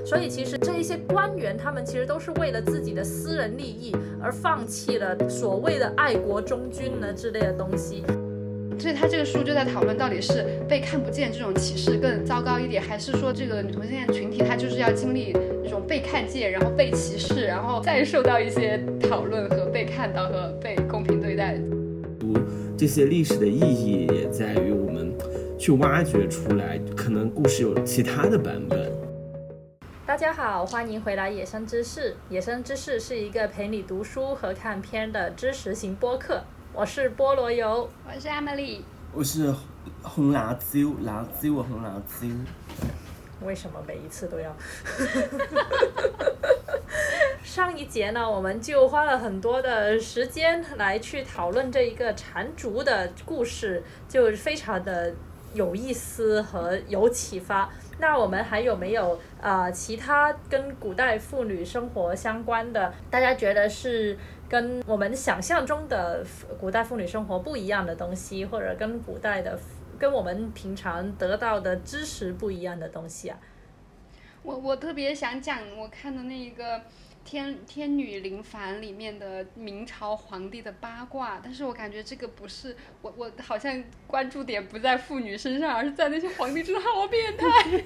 所以其实这一些官员他们其实都是为了自己的私人利益而放弃了所谓的爱国忠君呢之类的东西。 所以他这个书就在讨论到底是被看不见这种歧视更糟糕一点，还是说这个女同性恋群体她就是要经历这种被看见，然后被歧视，然后再受到一些讨论和被看到和被公平对待。 读这些历史的意义也在于我们去挖掘出来可能故事有其他的版本。 大家好，欢迎回来野生知识。野生知识是一个陪你读书和看片的知识型播客。我是菠萝油， 我是 Emily， 我是红辣椒，辣椒啊，红辣椒。 为什么每一次都要？上一节呢，我们就花了很多的时间来去讨论这一个缠足的故事，就非常的有意思和有启发。那我们还有没有其他跟古代妇女生活相关的，大家觉得是跟我们想象中的古代妇女生活不一样的东西，或者跟我们平常得到的知识不一样的东西啊？ 我特别想讲我看的那个天女临凡里面的明朝皇帝的八卦，但是我感觉这个不是我好像关注点不在妇女身上，而是在那些皇帝真的好变态。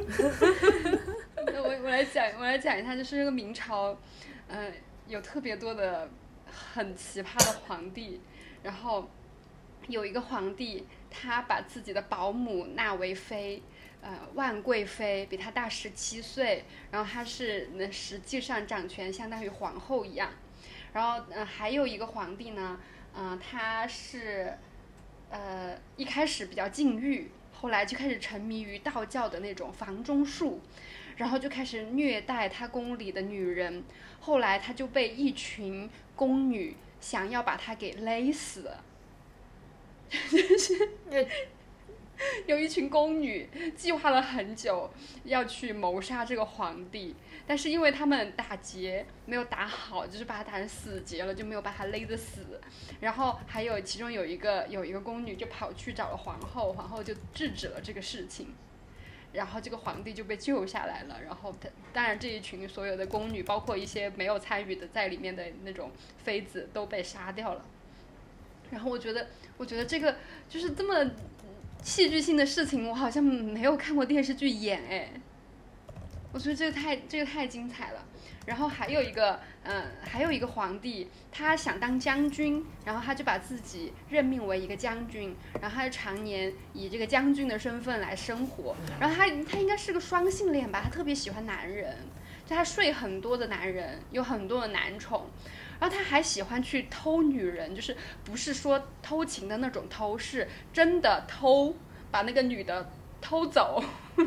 我来讲一下，就是这个明朝，有特别多的很奇葩的皇帝，然后有一个皇帝，他把自己的保姆纳为妃。万贵妃比她大17岁，然后她是实际上掌权相当于皇后一样。然后还有一个皇帝呢，他是一开始比较禁欲，后来就开始沉迷于道教的那种房中术，然后就开始虐待他宫里的女人，后来他就被一群宫女想要把他给勒死。就是有一群宫女计划了很久要去谋杀这个皇帝，但是因为他们打结没有打好，就是把他打成死结了，就没有把他勒得死。然后还有其中有一个宫女就跑去找了皇后，皇后就制止了这个事情，然后这个皇帝就被救下来了。然后当然这一群所有的宫女，包括一些没有参与的在里面的那种妃子都被杀掉了。然后我觉得这个就是这么戏剧性的事情，我好像没有看过电视剧演哎，我觉得这个太精彩了。然后还有一个皇帝，他想当将军，然后他就把自己任命为一个将军，然后他就常年以这个将军的身份来生活。然后他应该是个双性恋吧，他特别喜欢男人，就他睡很多的男人，有很多的男宠。然后他还喜欢去偷女人，就是不是说偷情的那种偷，是真的偷，把那个女的偷走。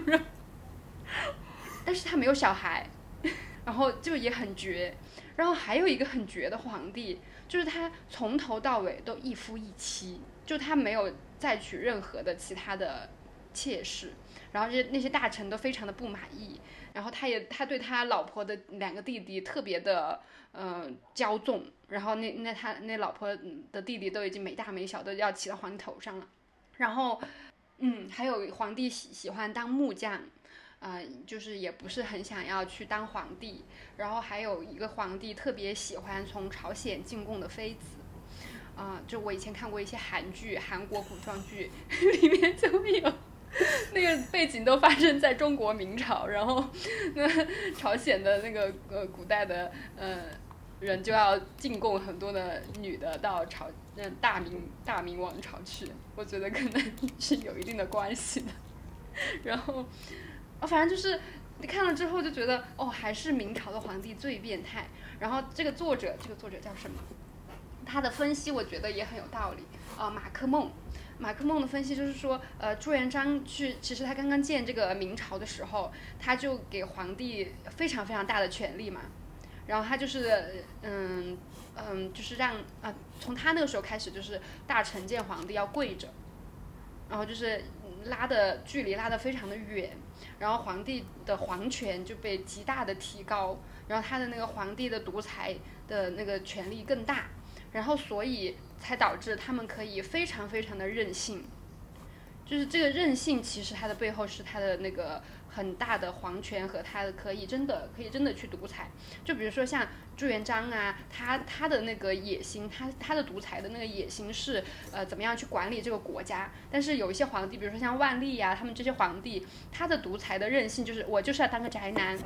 但是他没有小孩，然后就也很绝。然后还有一个很绝的皇帝，就是他从头到尾都一夫一妻，就他没有再娶任何的其他的妾室。然后那些大臣都非常的不满意，然后他对他老婆的2个弟弟特别的骄纵，然后他那老婆的弟弟都已经没大没小，都要骑到皇帝头上了。然后还有皇帝喜欢当木匠，就是也不是很想要去当皇帝。然后还有一个皇帝特别喜欢从朝鲜进贡的妃子，就我以前看过一些韩国古装剧里面就会有那个背景都发生在中国明朝，然后那朝鲜的那个古代的人就要进贡很多的女的到大明王朝去，我觉得可能是有一定的关系的。然后反正就是你看了之后就觉得还是明朝的皇帝最变态。然后这个作者叫什么？他的分析我觉得也很有道理马克梦的分析就是说，朱元璋其实他刚刚建这个明朝的时候，他就给皇帝非常非常大的权力嘛，然后他就是就是让从他那个时候开始，就是大臣见皇帝要跪着，然后就是距离拉得非常的远，然后皇帝的皇权就被极大的提高，然后他的那个皇帝的独裁的那个权力更大，然后所以才导致他们可以非常非常的任性。 就是这个任性，其实它的背后是它的那个很大的皇权和他可以真的去独裁。就比如说像朱元璋啊，他的那个野心，他的独裁的那个野心是怎么样去管理这个国家。但是有一些皇帝，比如说像万历啊，他们这些皇帝，他的独裁的任性就是我就是要当个宅男。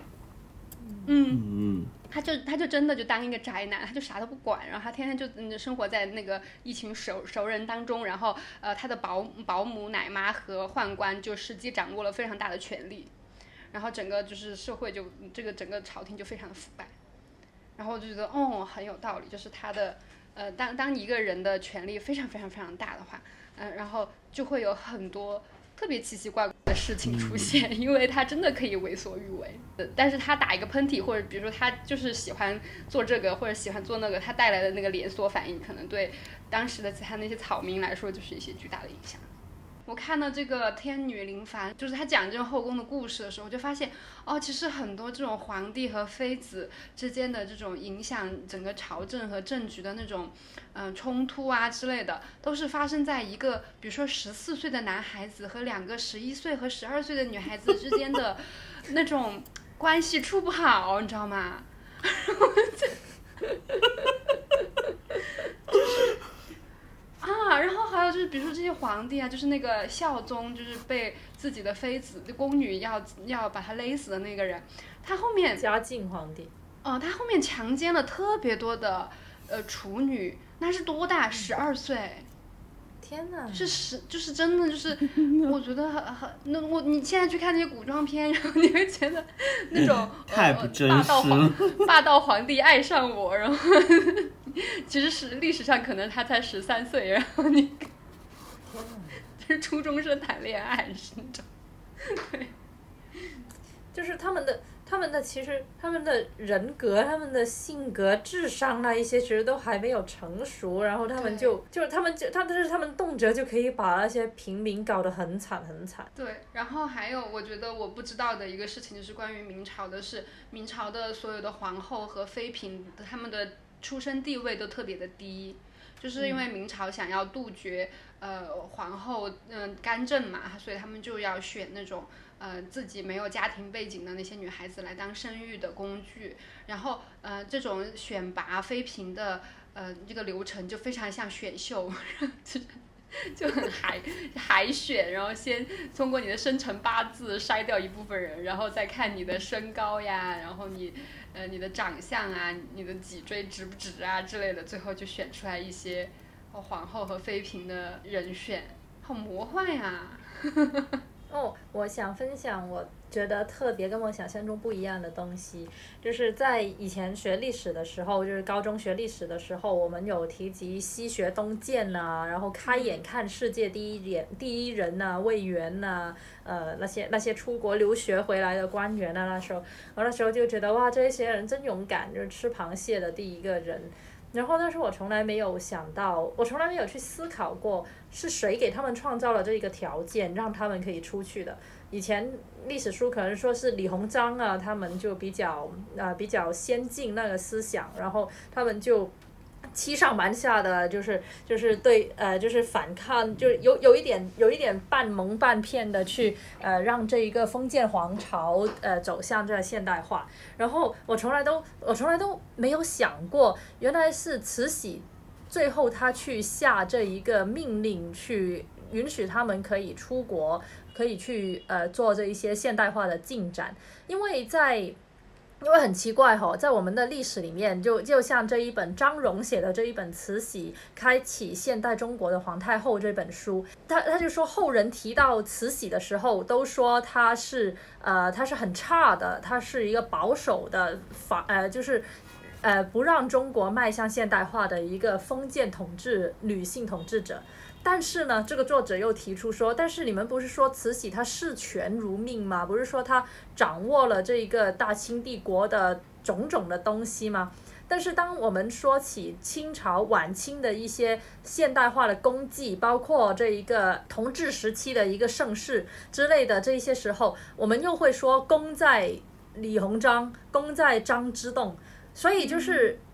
他就真的就当一个宅男，他就啥都不管，然后他天天就生活在那个一群熟人当中，然后他的保姆、奶妈和宦官就实际掌握了非常大的权力，然后整个就是社会就这个整个朝廷就非常的腐败。然后我就觉得很有道理，就是他的当一个人的权力非常非常非常大的话，然后就会有很多特别奇奇怪怪的事情出现，因为他真的可以为所欲为。但是他打一个喷嚏，或者比如说他就是喜欢做这个或者喜欢做那个，他带来的那个连锁反应，可能对当时的其他那些草民来说就是一些巨大的影响。我看到这个天女林凡，就是他讲这个后宫的故事的时候，我就发现其实很多这种皇帝和妃子之间的这种影响整个朝政和政局的那种冲突啊之类的，都是发生在一个比如说14岁的男孩子和2个11岁和12岁的女孩子之间的那种关系处不好，你知道吗？然后还有就是比如说这些皇帝啊，就是那个孝宗，就是被自己的妃子宫女要把他勒死的那个人，他后面嘉靖皇帝他后面强奸了特别多的处女，那是多大？12岁。 天哪！ 就是真的就是我觉得你现在去看那些古装片，然后你会觉得那种太不真实了， 霸道皇帝爱上我，然后其实是历史上可能他才13岁，然后你就是初中生谈恋爱是那种，对， 就是他们的其实他们的人格、他们的性格、智商那一些其实都还没有成熟，然后他们他们动辄就可以把那些平民搞得很惨很惨。 对，然后还有我觉得我不知道的一个事情就是关于明朝的是，明朝的所有的皇后和妃嫔他们的出身地位都特别的低。就是因为明朝想要杜绝皇后干政嘛，所以他们就要选那种自己没有家庭背景的那些女孩子来当生育的工具，然后这种选拔妃嫔的这个流程就非常像选秀，就很海选，然后先通过你的生辰八字筛掉一部分人，然后再看你的身高呀，然后你的长相啊，你的脊椎直不直啊之类的，最后就选出来一些皇后和妃嫔的人选，好魔幻呀！ 我想分享我觉得特别跟我想象中不一样的东西，就是在以前学历史的时候，就是高中学历史的时候，我们有提及西学东渐啊，然后开眼看世界第一人啊，魏源啊，那些出国留学回来的官员啊，我那时候就觉得哇，这些人真勇敢，就是吃螃蟹的第一个人。然后但是我从来没有想到，我从来没有去思考过是谁给他们创造了这个条件让他们可以出去的。以前历史书可能说是李鸿章啊，他们就比较先进那个思想，然后他们就欺上瞒下的就是对就是反抗，就有一点半蒙半骗的去让这一个封建皇朝走向这个现代化。然后我从来都没有想过，原来是慈禧最后他去下这一个命令，去允许他们可以出国，可以去做这一些现代化的进展。因为很奇怪在我们的历史里面，就像这一本张荣写的这一本《慈禧开启现代中国的皇太后》这本书，他就说后人提到慈禧的时候，都说她是很差的，她是一个保守的就是不让中国迈向现代化的一个封建女性统治者。但是呢，这个作者又提出说，但是你们不是说慈禧她视权如命吗？不是说她掌握了这个大清帝国的种种的东西吗？但是当我们说起清朝晚清的一些现代化的功绩，包括这一个同治时期的一个盛世之类的这一些时候，我们又会说功在李鸿章，功在张之洞。所以就是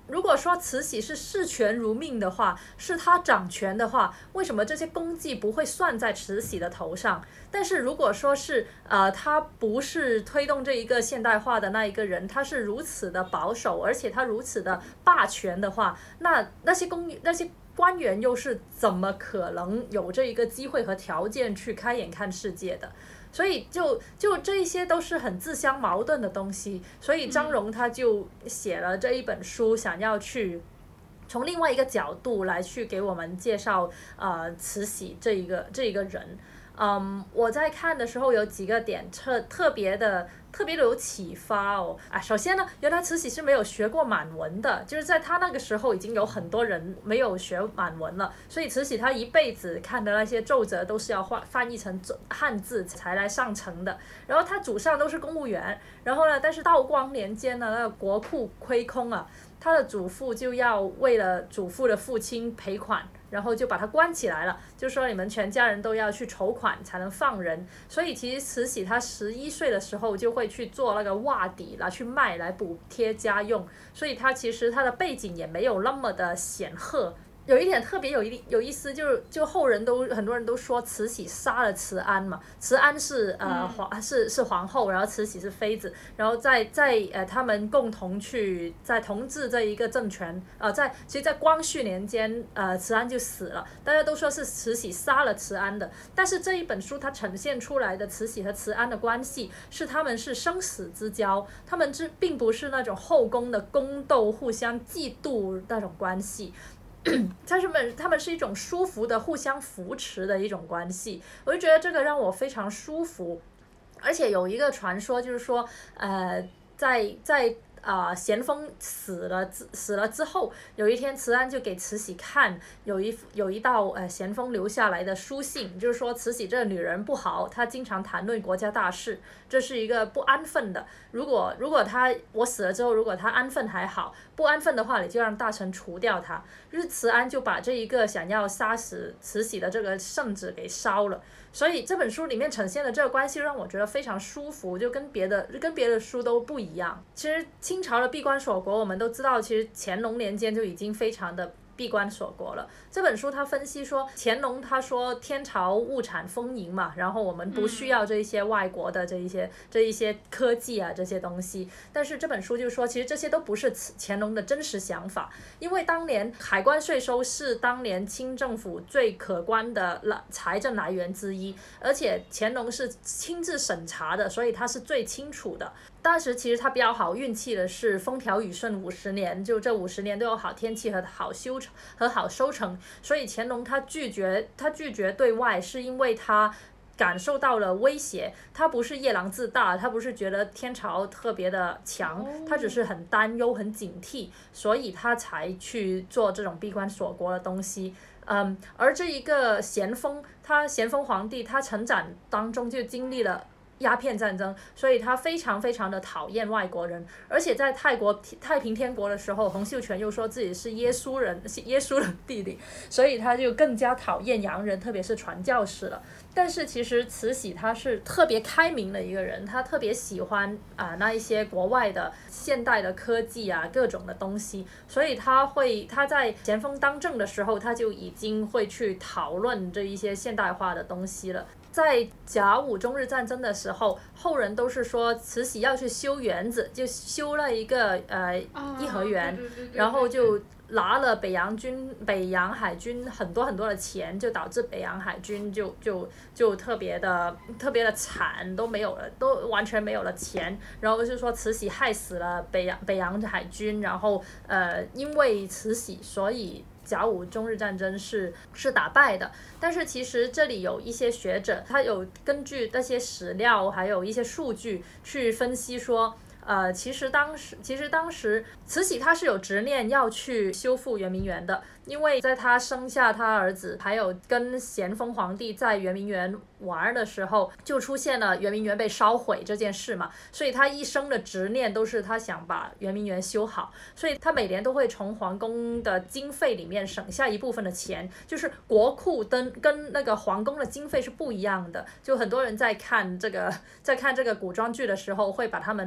如果说慈禧是视权如命的话，是她掌权的话，为什么这些功绩不会算在慈禧的头上？但是如果说是她不是推动这一个现代化的那一个人，她是如此的保守，而且她如此的霸权的话，那些官员又是怎么可能有这一个机会和条件去开眼看世界的？所以就这一些都是很自相矛盾的东西，所以张荣他就写了这一本书，想要去从另外一个角度来去给我们介绍慈禧这一个人。我在看的时候有几个点特别的有启发哦。首先呢，原来慈禧是没有学过满文的，就是在她那个时候已经有很多人没有学满文了，所以慈禧她一辈子看的那些奏折都是要翻译成汉字才来上呈的。然后她祖上都是公务员，然后呢，但是道光年间呢，那个国库亏空啊，他的祖父就要为了祖父的父亲赔款，然后就把他关起来了，就说你们全家人都要去筹款才能放人。所以其实慈禧她11岁的时候就会去做那个袜底拿去卖来补贴家用，所以她其实她的背景也没有那么的显赫。有一点特别有意思，就后人很多人都说慈禧杀了慈安嘛，慈安是是皇后，然后慈禧是妃子，然后在他们共同去在统治这一个政权，其实在光绪年间慈安就死了，大家都说是慈禧杀了慈安的，但是这一本书它呈现出来的慈禧和慈安的关系是他们是生死之交，他们并不是那种后宫的宫斗互相嫉妒那种关系。他们是一种舒服的互相扶持的一种关系，我就觉得这个让我非常舒服。而且有一个传说就是说在咸丰死了之后，有一天慈安就给慈禧看有一道咸丰留下来的书信，就是说慈禧这个女人不好，她经常谈论国家大事，这是一个不安分的。如果我死了之后，如果她安分还好，不安分的话，你就让大臣除掉她。就是慈安就把这一个想要杀死慈禧的这个圣旨给烧了。所以这本书里面呈现的这个关系让我觉得非常舒服，就跟别的书都不一样。其实清朝的闭关锁国我们都知道，其实乾隆年间就已经非常的闭关锁国了。这本书他分析说，乾隆他说天朝物产丰盈嘛，然后我们不需要这一些外国的这一些科技啊这些东西。但是这本书就说，其实这些都不是乾隆的真实想法，因为当年海关税收是当年清政府最可观的财政来源之一，而且乾隆是亲自审查的，所以他是最清楚的。当时其实他比较好运气的是风调雨顺50年，就这50年都有好天气和好收成，所以乾隆他拒绝对外，是因为他感受到了威胁。他不是夜郎自大，他不是觉得天朝特别的强，他只是很担忧很警惕，所以他才去做这种闭关锁国的东西。而这一个咸丰皇帝他成长当中就经历了鸦片战争，所以他非常非常的讨厌外国人。而且在太平天国的时候，洪秀全又说自己是耶稣的弟弟，所以他就更加讨厌洋人，特别是传教士了。但是其实慈禧她是特别开明的一个人，她特别喜欢那一些国外的现代的科技啊各种的东西，所以她在咸丰当政的时候，她就已经会去讨论这一些现代化的东西了。在甲午中日战争的时候，后人都是说慈禧要去修园子，就修了一个颐和园，然后就拿了北洋海军很多很多的钱，就导致北洋海军就特别的惨，都完全没有了钱。然后就说慈禧害死了北洋海军，然后因为慈禧，所以甲午中日战争是打败的。但是其实这里有一些学者，他有根据那些史料还有一些数据去分析说，其实当时慈禧她是有执念要去修复圆明园的，因为在她生下她儿子，还有跟咸丰皇帝在圆明园玩的时候，就出现了圆明园被烧毁这件事嘛，所以她一生的执念都是她想把圆明园修好，所以她每年都会从皇宫的经费里面省下一部分的钱，就是国库跟那个皇宫的经费是不一样的。就很多人在看这个古装剧的时候，会把他们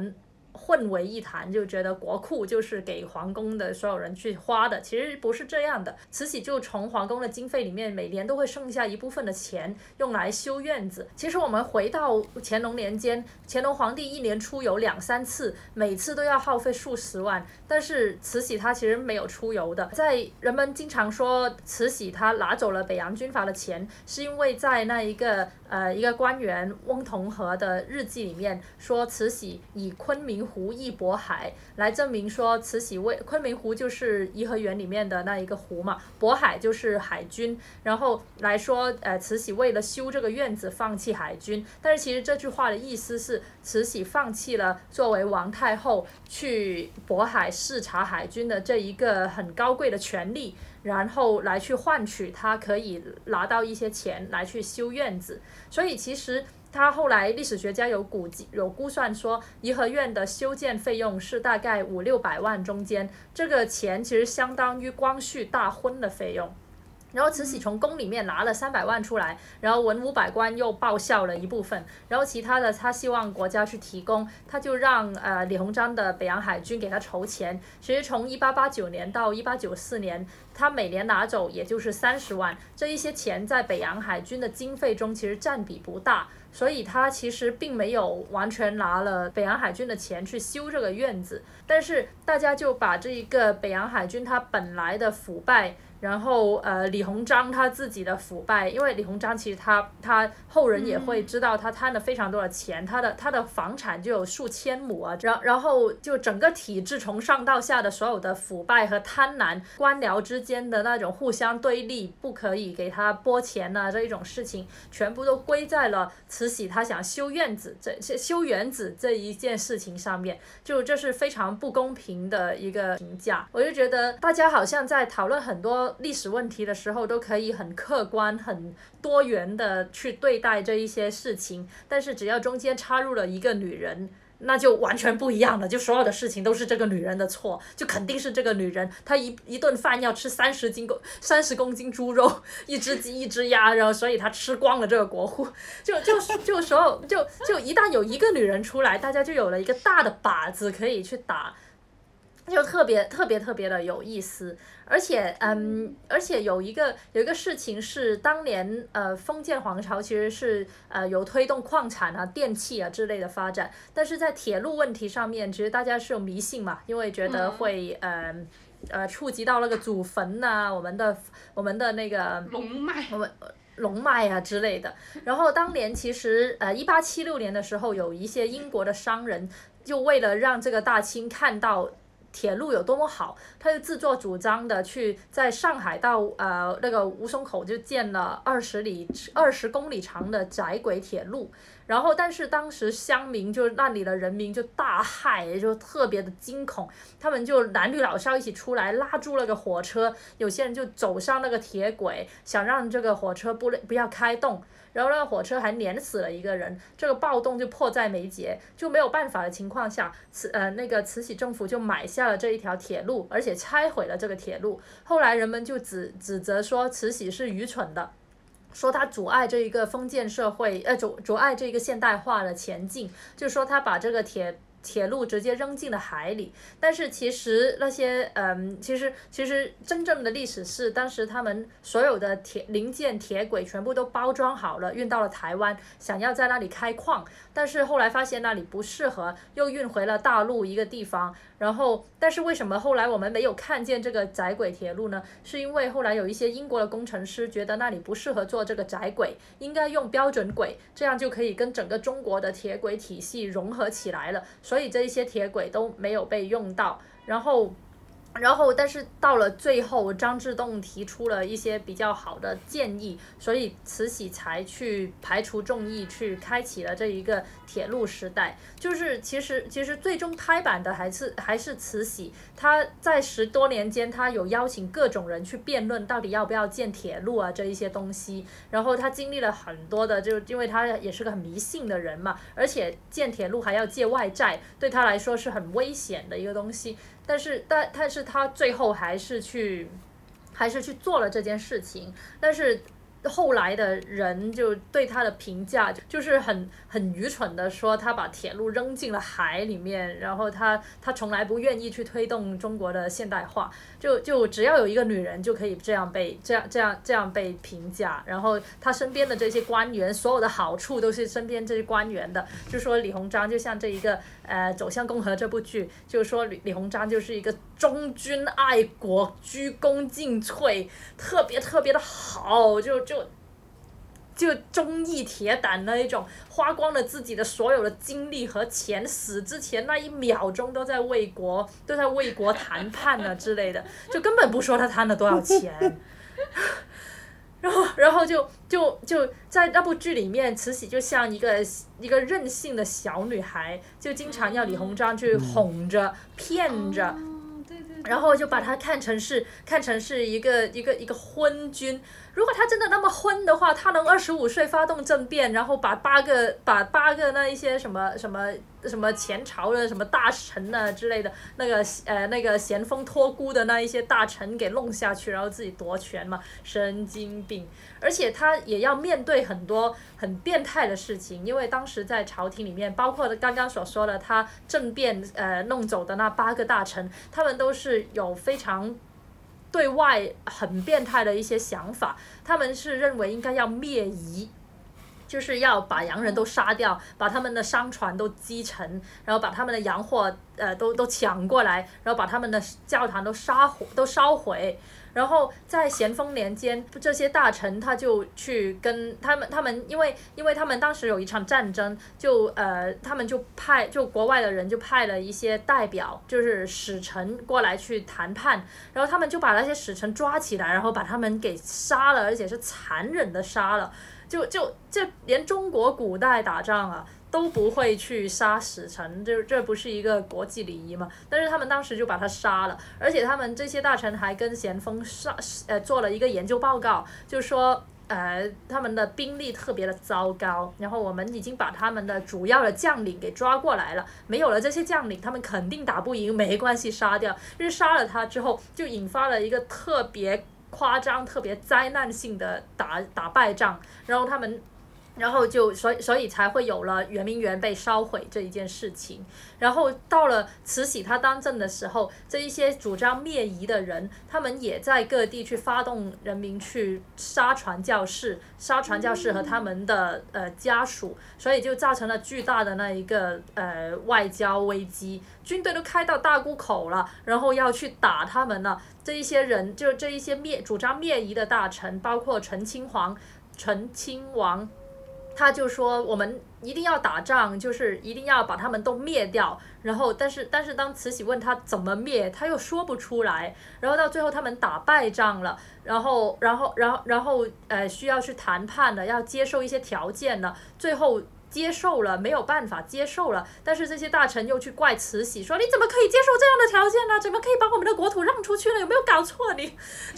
混为一谈，就觉得国库就是给皇宫的所有人去花的，其实不是这样的。慈禧就从皇宫的经费里面每年都会剩下一部分的钱用来修院子。其实我们回到乾隆年间，乾隆皇帝一年出游2-3次，每次都要耗费数十万，但是慈禧她其实没有出游的。在人们经常说慈禧她拿走了北洋军阀的钱，是因为在那一个官员翁同龢的日记里面说，慈禧以昆明湖忆渤海来证明说，慈禧为昆明湖就是颐和园里面的那一个湖嘛，渤海就是海军，然后来说慈禧为了修这个院子放弃海军。但是其实这句话的意思是，慈禧放弃了作为王太后去渤海视察海军的这一个很高贵的权利，然后来去换取她可以拿到一些钱来去修院子。所以其实他后来历史学家有估算说，颐和园的修建费用是大概500-600万中间，这个钱其实相当于光绪大婚的费用。然后慈禧从宫里面拿了300万出来，然后文武百官又报销了一部分，然后其他的他希望国家去提供，他就让李鸿章的北洋海军给他筹钱。其实从1889年到1894年，他每年拿走也就是30万，这一些钱在北洋海军的经费中其实占比不大，所以他其实并没有完全拿了北洋海军的钱去修这个院子。但是大家就把这一个北洋海军他本来的腐败，然后李鸿章他自己的腐败，因为李鸿章其实他后人也会知道他贪了非常多的钱，他的房产就有数千亩啊，然后就整个体制从上到下的所有的腐败和贪婪，官僚之间的那种互相对立，不可以给他拨钱啊这一种事情，全部都归在了慈禧他想修院子这一件事情上面，就这是非常不公平的一个评价。我就觉得大家好像在讨论很多历史问题的时候都可以很客观很多元的去对待这一些事情，但是只要中间插入了一个女人，那就完全不一样了，就所有的事情都是这个女人的错，就肯定是这个女人，她一顿饭要吃30公斤猪肉，一只鸡一只鸭，然后所以她吃光了这个国库，就一旦有一个女人出来，大家就有了一个大的靶子可以去打，就特别的有意思。而且有一个事情是，当年封建皇朝其实是有推动矿产啊、电器啊之类的发展，但是在铁路问题上面，其实大家是有迷信嘛，因为觉得会触及到那个祖坟啊，我们的那个龙脉啊之类的。然后当年其实1876年的时候，有一些英国的商人就为了让这个大清看到铁路有多么好，他就自作主张的去在上海到那个吴淞口就建了20公里长的窄轨铁路。然后但是当时乡民就那里的人民就大骇，就特别的惊恐，他们就男女老少一起出来拉住那个火车，有些人就走上那个铁轨，想让这个火车不要开动，然后那个火车还碾死了一个人，这个暴动就迫在眉睫，就没有办法的情况下，那个慈禧政府就买下了这一条铁路，而且拆毁了这个铁路。后来人们就指责说慈禧是愚蠢的，说他阻碍这一个封建社会，阻碍这个现代化的前进，就是说他把这个铁路直接扔进了海里。但是其实那些其实真正的历史是，当时他们所有的零件铁轨全部都包装好了，运到了台湾，想要在那里开矿，但是后来发现那里不适合，又运回了大陆一个地方。然后但是为什么后来我们没有看见这个窄轨铁路呢？是因为后来有一些英国的工程师觉得那里不适合做这个窄轨，应该用标准轨，这样就可以跟整个中国的铁轨体系融合起来了，所以这一些铁轨都没有被用到。然后但是到了最后，张之洞提出了一些比较好的建议，所以慈禧才去排除众议，去开启了这一个铁路时代。就是其实最终拍板的还是慈禧，她在10多年间，她有邀请各种人去辩论到底要不要建铁路啊这一些东西。然后她经历了很多的，就因为她也是个很迷信的人嘛，而且建铁路还要借外债，对她来说是很危险的一个东西。但是他最后还是去做了这件事情。但是后来的人就对他的评价就是很愚蠢的说他把铁路扔进了海里面，然后他从来不愿意去推动中国的现代化，就只要有一个女人就可以这样被评价，然后他身边的这些官员所有的好处都是身边这些官员的，就说李鸿章就像这一个走向共和这部剧，就是说李鸿章就是一个忠君爱国鞠躬尽瘁，特别特别的好，就忠义铁胆那一种，花光了自己的所有的精力和钱，死之前那1秒钟都在为国谈判啊之类的，就根本不说他贪了多少钱。然后就在那部剧里面，慈禧就像一个任性的小女孩，就经常要李鸿章去哄着骗着。然后就把他看成是一个昏君。如果他真的那么昏的话，他能25岁发动政变，然后把八个那一些什么前朝的什么大臣啊之类的，那个咸丰托孤的那一些大臣给弄下去，然后自己夺权嘛，神经病。而且他也要面对很多很变态的事情，因为当时在朝廷里面，包括刚刚所说的他政变弄走的那8个大臣，他们都是有非常对外很变态的一些想法，他们是认为应该要灭夷，就是要把洋人都杀掉，把他们的商船都击沉，然后把他们的洋货都抢过来，然后把他们的教堂都烧毁。然后在咸丰年间，这些大臣他就去跟他们，因为他们当时有一场战争，他们就国外的人就派了一些代表，就是使臣过来去谈判，然后他们就把那些使臣抓起来，然后把他们给杀了，而且是残忍的杀了，就连中国古代打仗啊都不会去杀使臣，这不是一个国际礼仪吗？但是他们当时就把他杀了，而且他们这些大臣还跟咸丰做了一个研究报告，就说他们的兵力特别的糟糕，然后我们已经把他们的主要的将领给抓过来了，没有了这些将领，他们肯定打不赢，没关系，杀掉。就是杀了他之后，就引发了一个特别夸张、特别灾难性的打败仗，然后所以才会有了圆明园被烧毁这一件事情。然后到了慈禧她当政的时候，这一些主张灭夷的人，他们也在各地去发动人民去杀传教士和他们的家属，所以就造成了巨大的那一个外交危机，军队都开到大沽口了，然后要去打他们了。这一些人就这一些主张灭夷的大臣，包括陈亲王。他就说我们一定要打仗，就是一定要把他们都灭掉。然后但是当慈禧问他怎么灭，他又说不出来。然后到最后他们打败仗了，然后需要去谈判了，要接受一些条件了，最后接受了，没有办法接受了，但是这些大臣又去怪慈禧，说你怎么可以接受这样的条件呢？怎么可以把我们的国土让出去呢？有没有搞错你？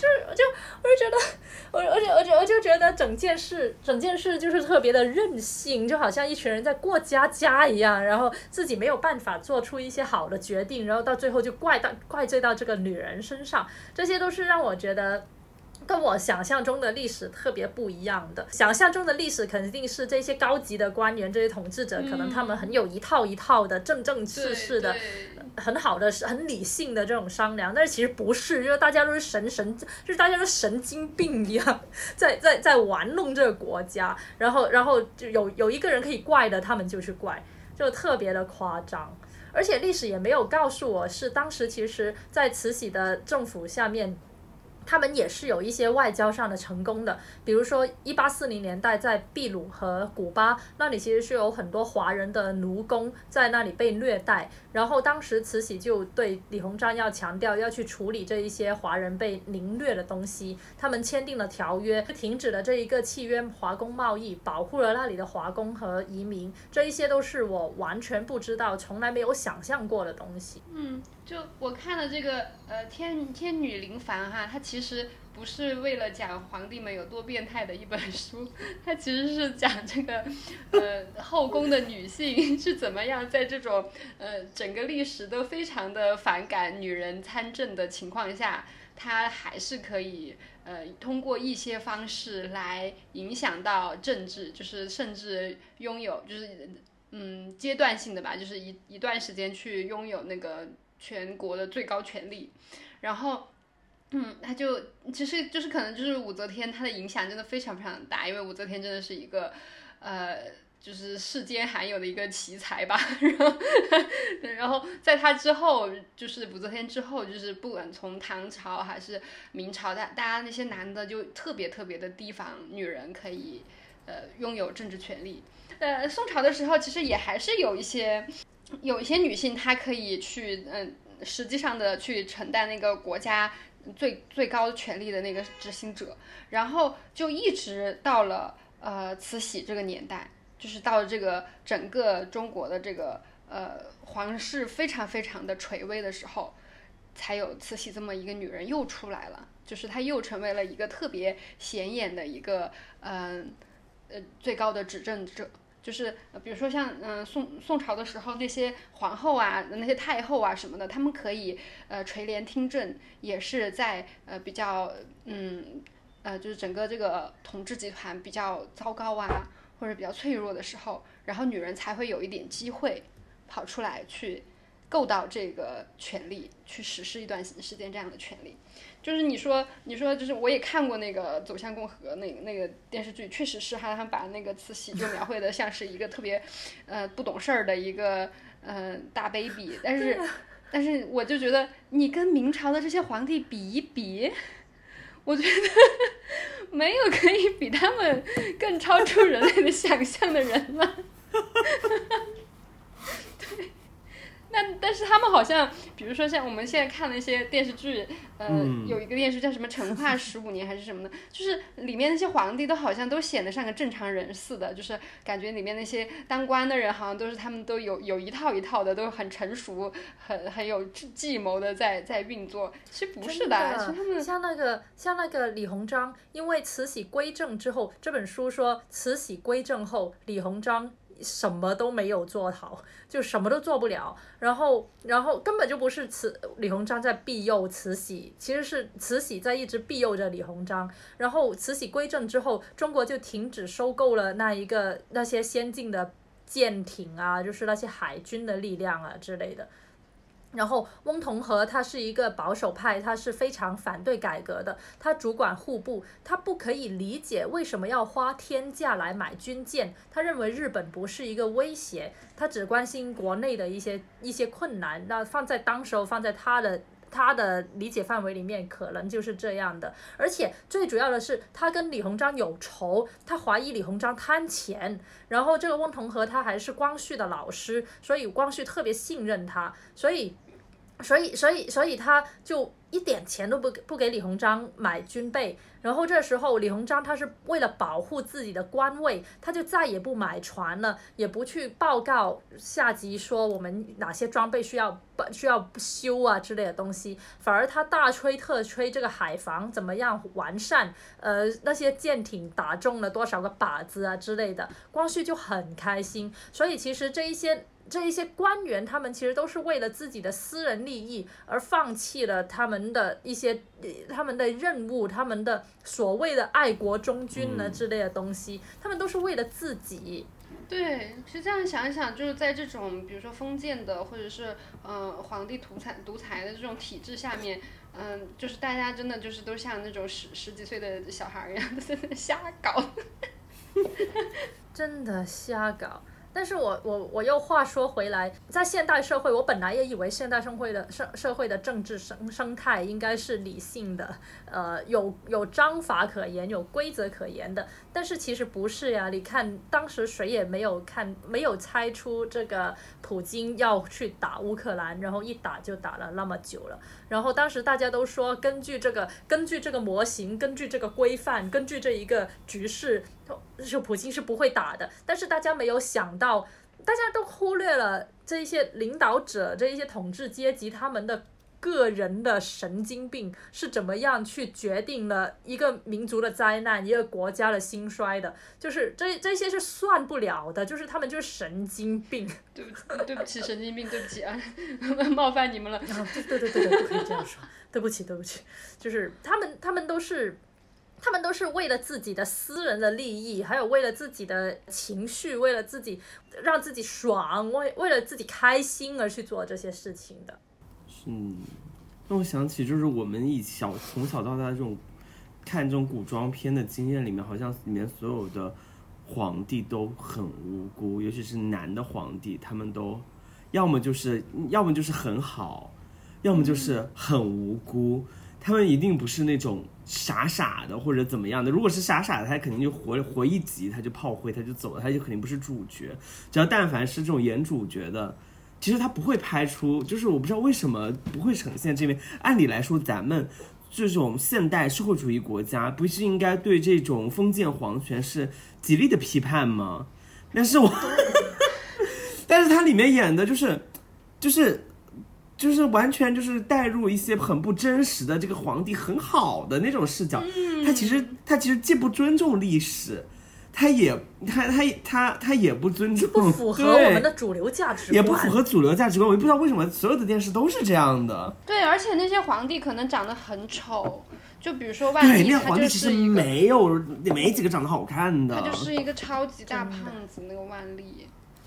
我就觉得整件事就是特别的任性，就好像一群人在过家一样，然后自己没有办法做出一些好的决定，然后到最后就怪罪到这个女人身上，这些都是让我觉得跟我想象中的历史特别不一样的。想象中的历史肯定是这些高级的官员，这些统治者，可能他们很有一套的正式的很好的很理性的这种商量，但是其实不是，就是大家都是就是大家都神经病一样在玩弄这个国家，然后就有一个人可以怪的，他们就去怪，就特别的夸张。而且历史也没有告诉我是当时其实在慈禧的政府下面，他们也是有一些外交上的成功的，比如说1840年代在秘鲁和古巴那里，其实是有很多华人的奴工在那里被虐待，然后当时慈禧就对李鸿章要强调要去处理这一些华人被凌虐的东西，他们签订了条约，停止了这一个契约华工贸易，保护了那里的华工和移民，这一些都是我完全不知道，从来没有想象过的东西。 就我看了这个天女林凡哈，她其实不是为了讲皇帝们有多变态的一本书，它其实是讲这个后宫的女性是怎么样在这种整个历史都非常的反感女人参政的情况下，她还是可以通过一些方式来影响到政治，就是甚至拥有就是阶段性的吧，就是一段时间去拥有那个全国的最高权力，然后他就其实就是可能就是武则天她的影响真的非常非常大，因为武则天真的是一个就是世间罕有的一个奇才吧，然后在她之后，就是武则天之后，就是不管从唐朝还是明朝，大家那些男的就特别特别的提防女人可以拥有政治权利。宋朝的时候其实也还是有一些女性她可以去实际上的去承担那个国家最高权力的那个执行者，然后就一直到了慈禧这个年代，就是到了这个整个中国的这个皇室非常非常的垂危的时候，才有慈禧这么一个女人又出来了，就是她又成为了一个特别显眼的一个最高的执政者。就是比如说像宋朝的时候，那些皇后啊那些太后啊什么的，他们可以垂帘听政，也是在比较就是整个这个统治集团比较糟糕啊或者比较脆弱的时候，然后女人才会有一点机会跑出来去够到这个权利，去实施一段时间这样的权利。就是你说就是我也看过那个《走向共和》那个电视剧，确实是他把那个慈禧就描绘的像是一个特别不懂事儿的一个大 baby， 但是我就觉得你跟明朝的这些皇帝比一比，我觉得没有可以比他们更超出人类的想象的人了。对。但是他们好像，比如说像我们现在看的一些电视剧，有一个电视叫什么《成化15年》还是什么的，就是里面那些皇帝都好像都显得像个正常人似的，就是感觉里面那些当官的人好像都是他们都有一套一套的，都很成熟，很有计谋的在运作。其实不是的，其实他们像那个李鸿章，因为慈禧归正之后，这本书说慈禧归正后，李鸿章什么都没有做好，就什么都做不了，然后根本就不是李鸿章在庇佑慈禧，其实是慈禧在一直庇佑着李鸿章。然后慈禧归正之后，中国就停止收购了那些先进的舰艇啊，就是那些海军的力量啊之类的。然后翁同龢他是一个保守派，他是非常反对改革的，他主管户部，他不可以理解为什么要花天价来买军舰，他认为日本不是一个威胁，他只关心国内的一些困难，那放在当时候放在他的理解范围里面可能就是这样的。而且最主要的是他跟李鸿章有仇，他怀疑李鸿章贪钱，然后这个翁同龢他还是光绪的老师，所以光绪特别信任他，所以他就一点钱都不给李鸿章买军备。然后这时候李鸿章他是为了保护自己的官位，他就再也不买船了，也不去报告下级说我们哪些装备需要修啊之类的东西，反而他大吹特吹这个海防怎么样完善，那些舰艇打中了多少个靶子啊之类的，光绪就很开心。所以其实这一些官员他们其实都是为了自己的私人利益而放弃了他们的任务，他们的所谓的爱国忠君呢之类的东西，他们都是为了自己。 对，其实这样想一想，就是在这种比如说封建的或者是皇帝独裁的这种体制下面，就是大家真的就是都像那种十几岁的小孩一样在那瞎搞。 真的瞎搞。但是我又话说回来，在现代社会，我本来也以为现代社会的政治生态应该是理性的，有章法可言，有规则可言的，但是其实不是呀。你看当时谁也没有猜出这个普京要去打乌克兰，然后一打就打了那么久了。然后当时大家都说根据这个模型，根据这个规范，根据这一个局势，就普京是不会打的。但是大家没有想到，大家都忽略了这一些领导者，这一些统治阶级他们的个人的神经病是怎么样去决定了一个民族的灾难，一个国家的兴衰的，就是这些是算不了的，就是他们就是神经病。 对不起，神经病，对不起啊，冒犯你们了。 对，不可以这样说，对不起，就是他们都是为了自己的私人的利益，还有为了自己的情绪，为了自己让自己爽，为了自己开心而去做这些事情的。 让我想起就是我们从小到大这种看这种古装片的经验里面，好像里面所有的皇帝都很无辜，尤其是男的皇帝，他们都要么就是很好，要么就是很无辜。他们一定不是那种傻傻的或者怎么样的，如果是傻傻的，他肯定就活一集，他就炮灰，他就走了，他就肯定不是主角。只要但凡是这种演主角的，其实他不会拍出，就是我不知道为什么不会呈现这边。按理来说，咱们这种现代社会主义国家，不是应该对这种封建皇权是极力的批判吗？但是他里面演的就是完全就是带入一些很不真实的这个皇帝很好的那种视角。他其实既不尊重历史，他也不尊重， 不符合我们的主流价值观， 也不符合主流价值观。我也不知道为什么所有的电视都是这样的。 对，而且那些皇帝可能长得很丑，就比如说万历， 那皇帝其实没几个长得好看的， 他就是一个超级大胖子，那个万历。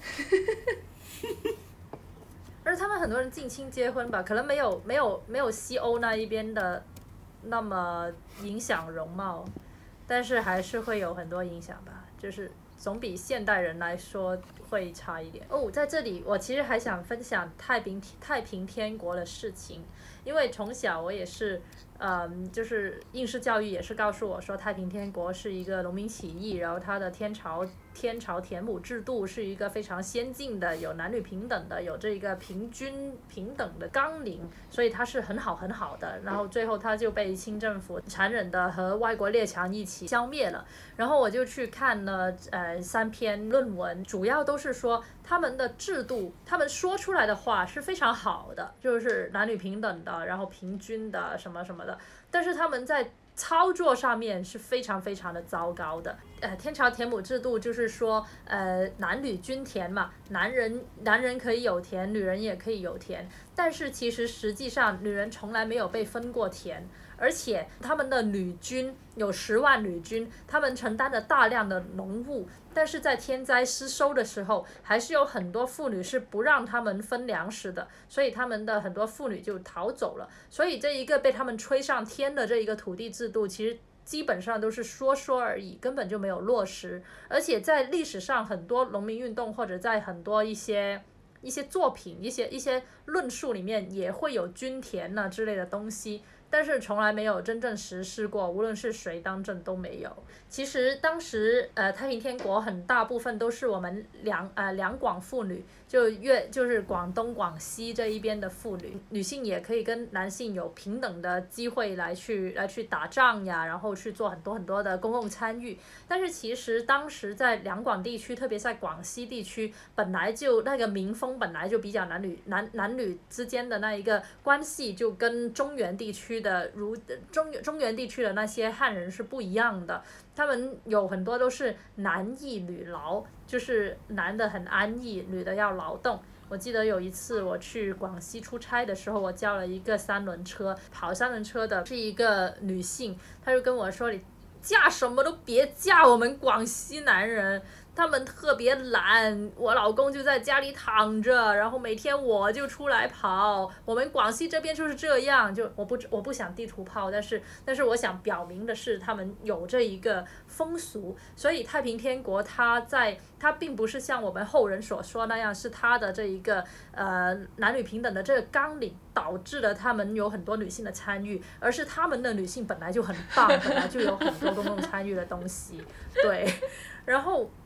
而他们很多人近亲结婚吧，可能没有西欧那一边的那么影响容貌，但是还是会有很多影响吧，就是总比现代人来说会差一点。在这里我其实还想分享太平天国的事情，因为从小我也是就是应试教育也是告诉我说太平天国是一个农民起义，然后它的天朝田亩制度是一个非常先进的，有男女平等的，有这个平均平等的纲领，所以它是很好的。然后最后它就被清政府残忍的和外国列强一起消灭了。然后我就去看了3篇论文，主要都是说他们的制度，他们说出来的话是非常好的，就是男女平等的，然后平均的什么什么的，但是他们在操作上面是非常非常的糟糕的。天朝田亩制度就是说男女均田嘛，男人可以有田，女人也可以有田，但是其实实际上女人从来没有被分过田，而且他们的女军有10万女军，他们承担了大量的农务，但是在天灾失收的时候，还是有很多妇女是不让他们分粮食的，所以他们的很多妇女就逃走了。所以这一个被他们吹上天的这一个土地制度，其实基本上都是说而已，根本就没有落实。而且在历史上很多农民运动，或者在很多一些作品、一些论述里面也会有均田之类的东西，但是从来没有真正实施过，无论是谁当政都没有。其实当时太平天国很大部分都是我们两广妇女，就是广东广西这一边的妇女，女性也可以跟男性有平等的机会来去打仗呀，然后去做很多很多的公共参与。但是其实当时在两广地区，特别在广西地区，本来就那个民风本来就比较男女之间的那一个关系就跟中原地区的中原地区的那些汉人是不一样的。他们有很多都是男易女劳，就是男的很安逸，女的要劳动。我记得有一次我去广西出差的时候，我叫了一个3轮车，跑3轮车的是一个女性，她就跟我说，你嫁什么都别嫁我们广西男人，他们特别懒，我老公就在家里躺着，然后每天我就出来跑，我们广西这边就是这样。就我不想地图炮，但是我想表明的是他们有这一个风俗。所以太平天国它并不是像我们后人所说那样，是它的这一个男女平等的这个纲领导致了他们有很多女性的参与，而是他们的女性本来就很棒，本来就有很多公共参与的东西。对，然后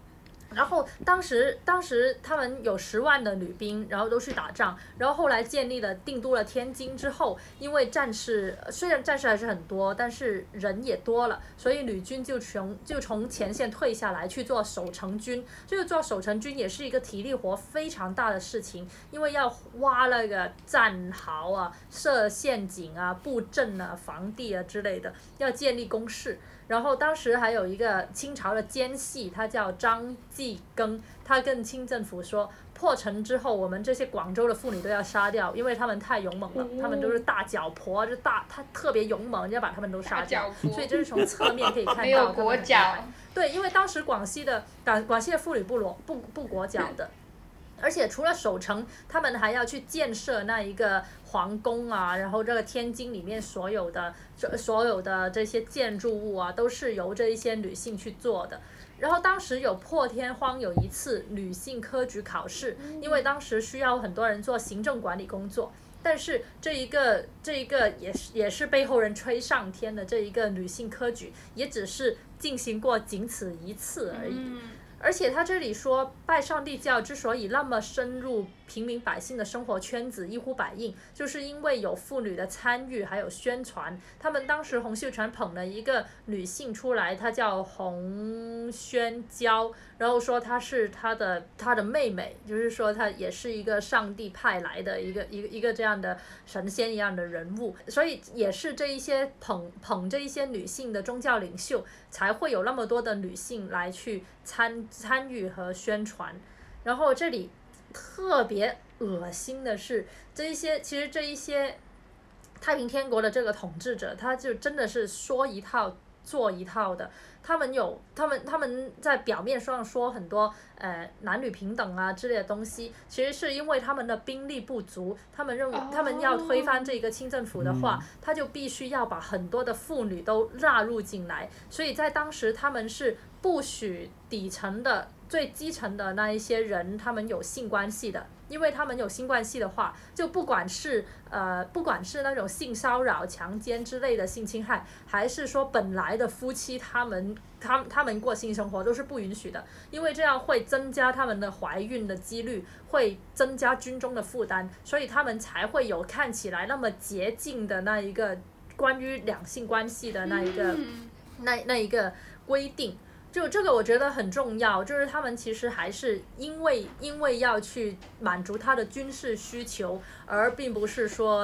然后当时他们有10万的女兵，然后都去打仗，然后后来定都了天津之后，因为虽然战士还是很多，但是人也多了，所以旅军就从前线退下来去做守城军。这个做守城军也是一个体力活非常大的事情，因为要挖那个战壕啊、设陷阱啊、布阵啊、防地啊之类的，要建立工事。然后当时还有一个清朝的奸细，他叫张继庚，他跟清政府说，破城之后我们这些广州的妇女都要杀掉，因为他们太勇猛了，他们都是大脚婆，他特别勇猛，要把他们都杀掉。所以这是从侧面可以看到没有裹脚。 对，因为当时广西的妇女不裹脚的。而且除了守城，他们还要去建设那一个皇宫啊，然后这个天津里面所有的这些建筑物啊，都是由这一些女性去做的。然后当时有破天荒有一次女性科举考试，因为当时需要很多人做行政管理工作，但是这一个也是被后人吹上天的这一个女性科举，也只是进行过仅此一次而已。而且他这里说，拜上帝教之所以那么深入平民百姓的生活圈子，一呼百应，就是因为有妇女的参与还有宣传。他们当时洪秀全捧了一个女性出来，她叫洪宣娇，然后说她是她的妹妹，就是说她也是一个上帝派来的一个这样的神仙一样的人物，所以也是这一些捧这一些女性的宗教领袖，才会有那么多的女性来去参与和宣传。然后这里特别恶心的是，这一些太平天国的这个统治者，他就真的是说一套做一套的。他们在表面上说很多男女平等啊之类的东西，其实是因为他们的兵力不足，他们要推翻这个清政府的话，他就必须要把很多的妇女都纳入进来，所以在当时他们是不许底层的最基层的那一些人他们有性关系的。因为他们有性关系的话，就不管是那种性骚扰、强奸之类的性侵害，还是说本来的夫妻他们过性生活，都是不允许的，因为这样会增加他们的怀孕的几率，会增加军中的负担，所以他们才会有看起来那么洁净的那一个关于两性关系的那一个规定。就这个我觉得很重要，就是他们其实还是因为要去满足他的军事需求，而并不是说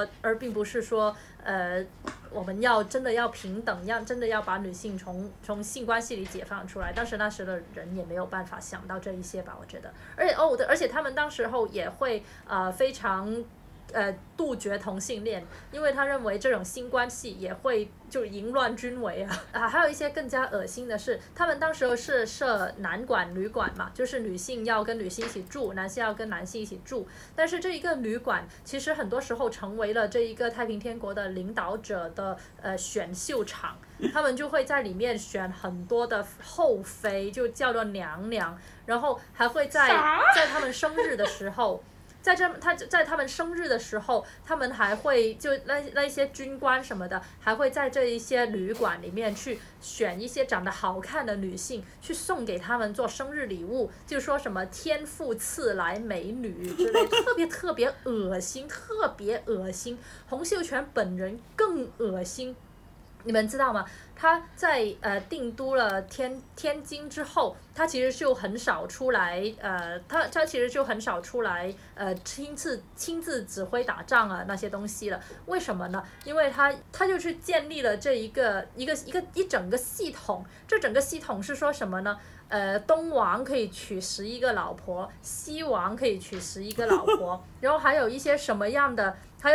我们真的要平等，真的要把女性从性关系里解放出来。但是那时的人也没有办法想到这一些吧，我觉得。而且他们当时候也会非常杜绝同性恋，因为他认为这种性关系也会就淫乱军委啊。还有一些更加恶心的是，他们当时候是设男管女管嘛，就是女性要跟女性一起住，男性要跟男性一起住。但是这一个女管其实很多时候成为了这一个太平天国的领导者的选秀场，他们就会在里面选很多的后妃，就叫做娘娘，然后还会在他们生日的时候。在他们生日的时候，他们还会就那一些军官什么的，还会在这一些旅馆里面去选一些长得好看的女性，去送给他们做生日礼物，就说什么天父赐来美女之类，特别恶心，特别恶心。洪秀全本人更恶心。你们知道吗？他在定都了天津之后，他其实就很少出来他其实就很少出来亲自指挥打仗啊那些东西了。为什么呢？因为他就去建立了这一整个系统。这整个系统是说什么呢？东王可以娶11个老婆，西王可以娶11个老婆，然后还有一些什么样的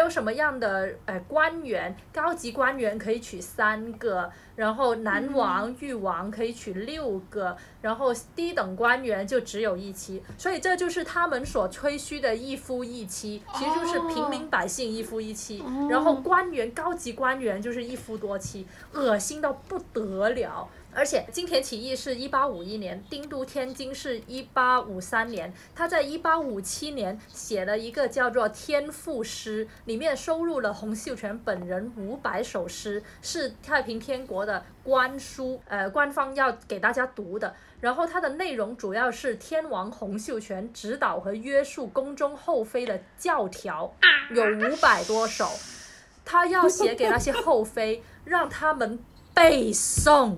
官员，高级官员可以娶3个，然后男王、誉王可以娶6个，然后低等官员就只有1妻，所以这就是他们所吹嘘的一夫一妻，其实就是平民百姓一夫一妻，然后高级官员就是一夫多妻，恶心到不得了。 而且金田起义是1851年，丁都天京是1853年。他在1857年写了一个叫做《天赋诗》，里面收录了洪秀全本人500首诗，是太平天国的官书，官方要给大家读的。然后它的内容主要是天王洪秀全指导和约束宫中后妃的教条，有500多首，他要写给那些后妃，让他们背诵。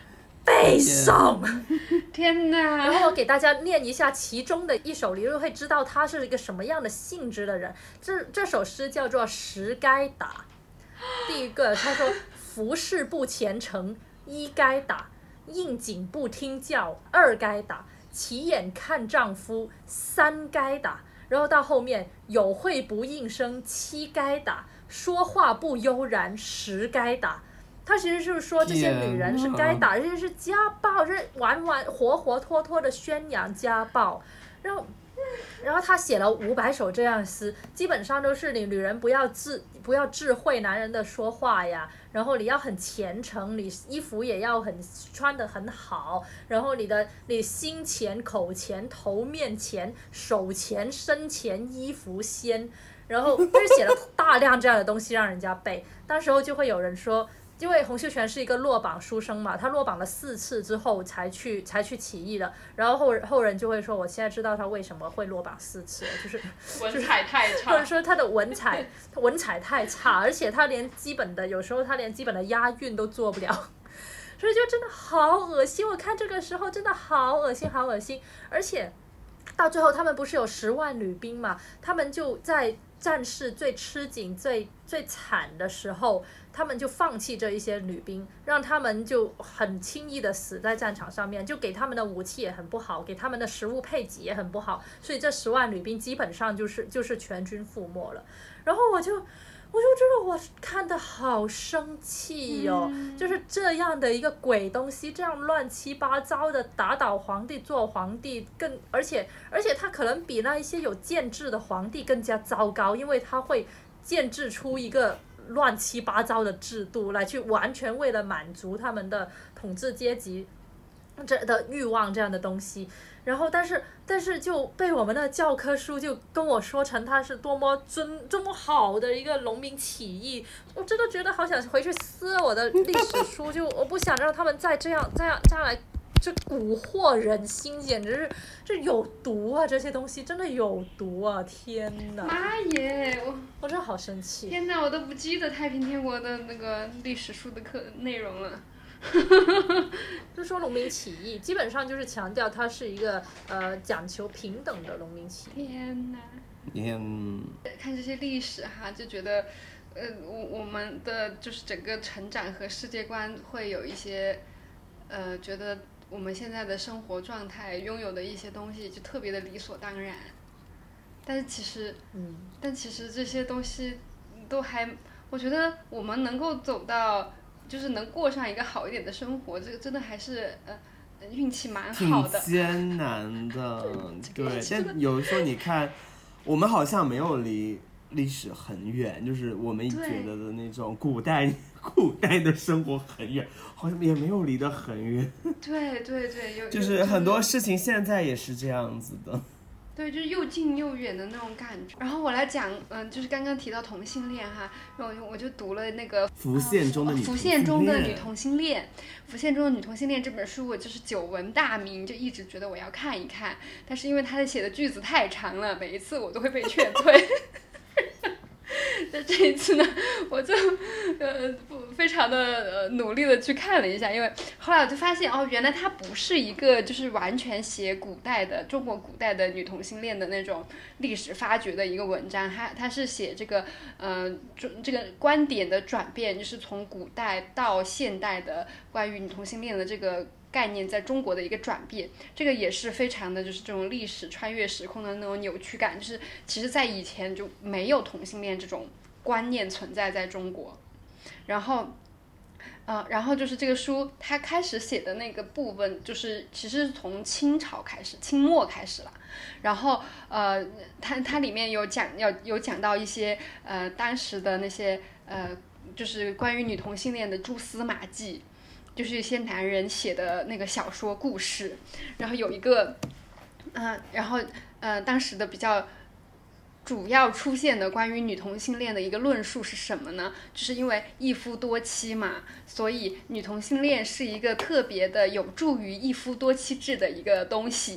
天哪！ 然后我给大家念一下其中的一首，你就会知道他是一个什么样的性质的人。这首诗叫做《十该打》。第一个他说：服侍不虔诚，一该打；应景不听教，二该打；起眼看丈夫，三该打。然后到后面有会不应声，七该打；说话不悠然，十该打。他其实就是说这些女人是该打，这些是家暴，是活活脱脱的宣扬家暴。然后他写了500首这样的诗，基本上都是你女人不要智慧男人的说话呀，然后你要很虔诚，你衣服也要穿得很好，然后你心前口前头面前手前身前衣服先，然后就是写了大量这样的东西让人家背。当时候就会有人说，因为洪秀全是一个落榜书生嘛，他落榜了4次之后才去起义的，然后后人就会说，我现在知道他为什么会落榜4次了，就是文采太差， 或者说他的文采太差，而且他有时候他连基本的押韵都做不了，所以就真的好恶心。我看这个时候真的好恶心，而且到最后他们不是有10万女兵嘛，他们就在战事最吃紧最惨的时候，他们就放弃这一些女兵，让他们就很轻易的死在战场上面，就给他们的武器也很不好，给他们的食物配给也很不好，所以这10万女兵基本上就是全军覆没了。然后我就真的我看得好生气哦，就是这样的一个鬼东西，这样乱七八糟的打倒皇帝做皇帝，而且他可能比那一些有建制的皇帝更加糟糕，因为他会建制出一个乱七八糟的制度来去完全为了满足他们的统治阶级的欲望这样的东西。然后但是就被我们的教科书就跟我说成它是多么好的一个农民起义，我真的觉得好想回去撕我的历史书，就我不想让他们再这样来这蛊惑人心，简直是这有毒啊！这些东西真的有毒啊！天哪！ 妈耶！ 我真的好生气！ 天哪，我都不记得太平天国的那个历史书的内容了。 就说农民起义基本上就是强调它是一个讲求平等的农民起义。 天哪！看这些历史哈，就觉得我们的就是整个成长和世界观会有一些觉得我们现在的生活状态拥有的一些东西就特别的理所当然，但其实这些东西都还，我觉得我们能够走到就是能过上一个好一点的生活，这个真的还是运气蛮好的， 挺艰难的。对，但有时候你看我们好像没有离历史很远，就是我们觉得的那种古代的生活很远，好像也没有离得很远。 对， 就是很多事情现在也是这样子的。 对，就是又近又远的那种感觉。然后我来讲，就是刚刚提到同性恋哈，然后我就读了那个浮现中的女同性恋。 浮现中的女同性恋，浮现中的女同性恋这本书，我就是久闻大名，就一直觉得我要看一看，但是因为他写的句子太长了，每一次我都会被劝退。但这一次呢，我就非常的努力的去看了一下，因为后来我就发现原来它不是一个就是完全写中国古代的女同性恋的那种历史发掘的一个文章，它是写这个这个观点的转变，就是从古代到现代的关于女同性恋的这个概念在中国的一个转变，这个也是非常的就是这种历史穿越时空的那种扭曲感，就是其实在以前就没有同性恋这种观念存在在中国。然后就是这个书它开始写的那个部分，就是其实是从清末开始了。然后它里面有讲到一些当时的那些就是关于女同性恋的蛛丝马迹。 就是一些男人写的那个小说故事，然后有一个，当时的比较主要出现的关于女同性恋的一个论述是什么呢？就是因为一夫多妻嘛，所以女同性恋是一个特别的有助于一夫多妻制的一个东西。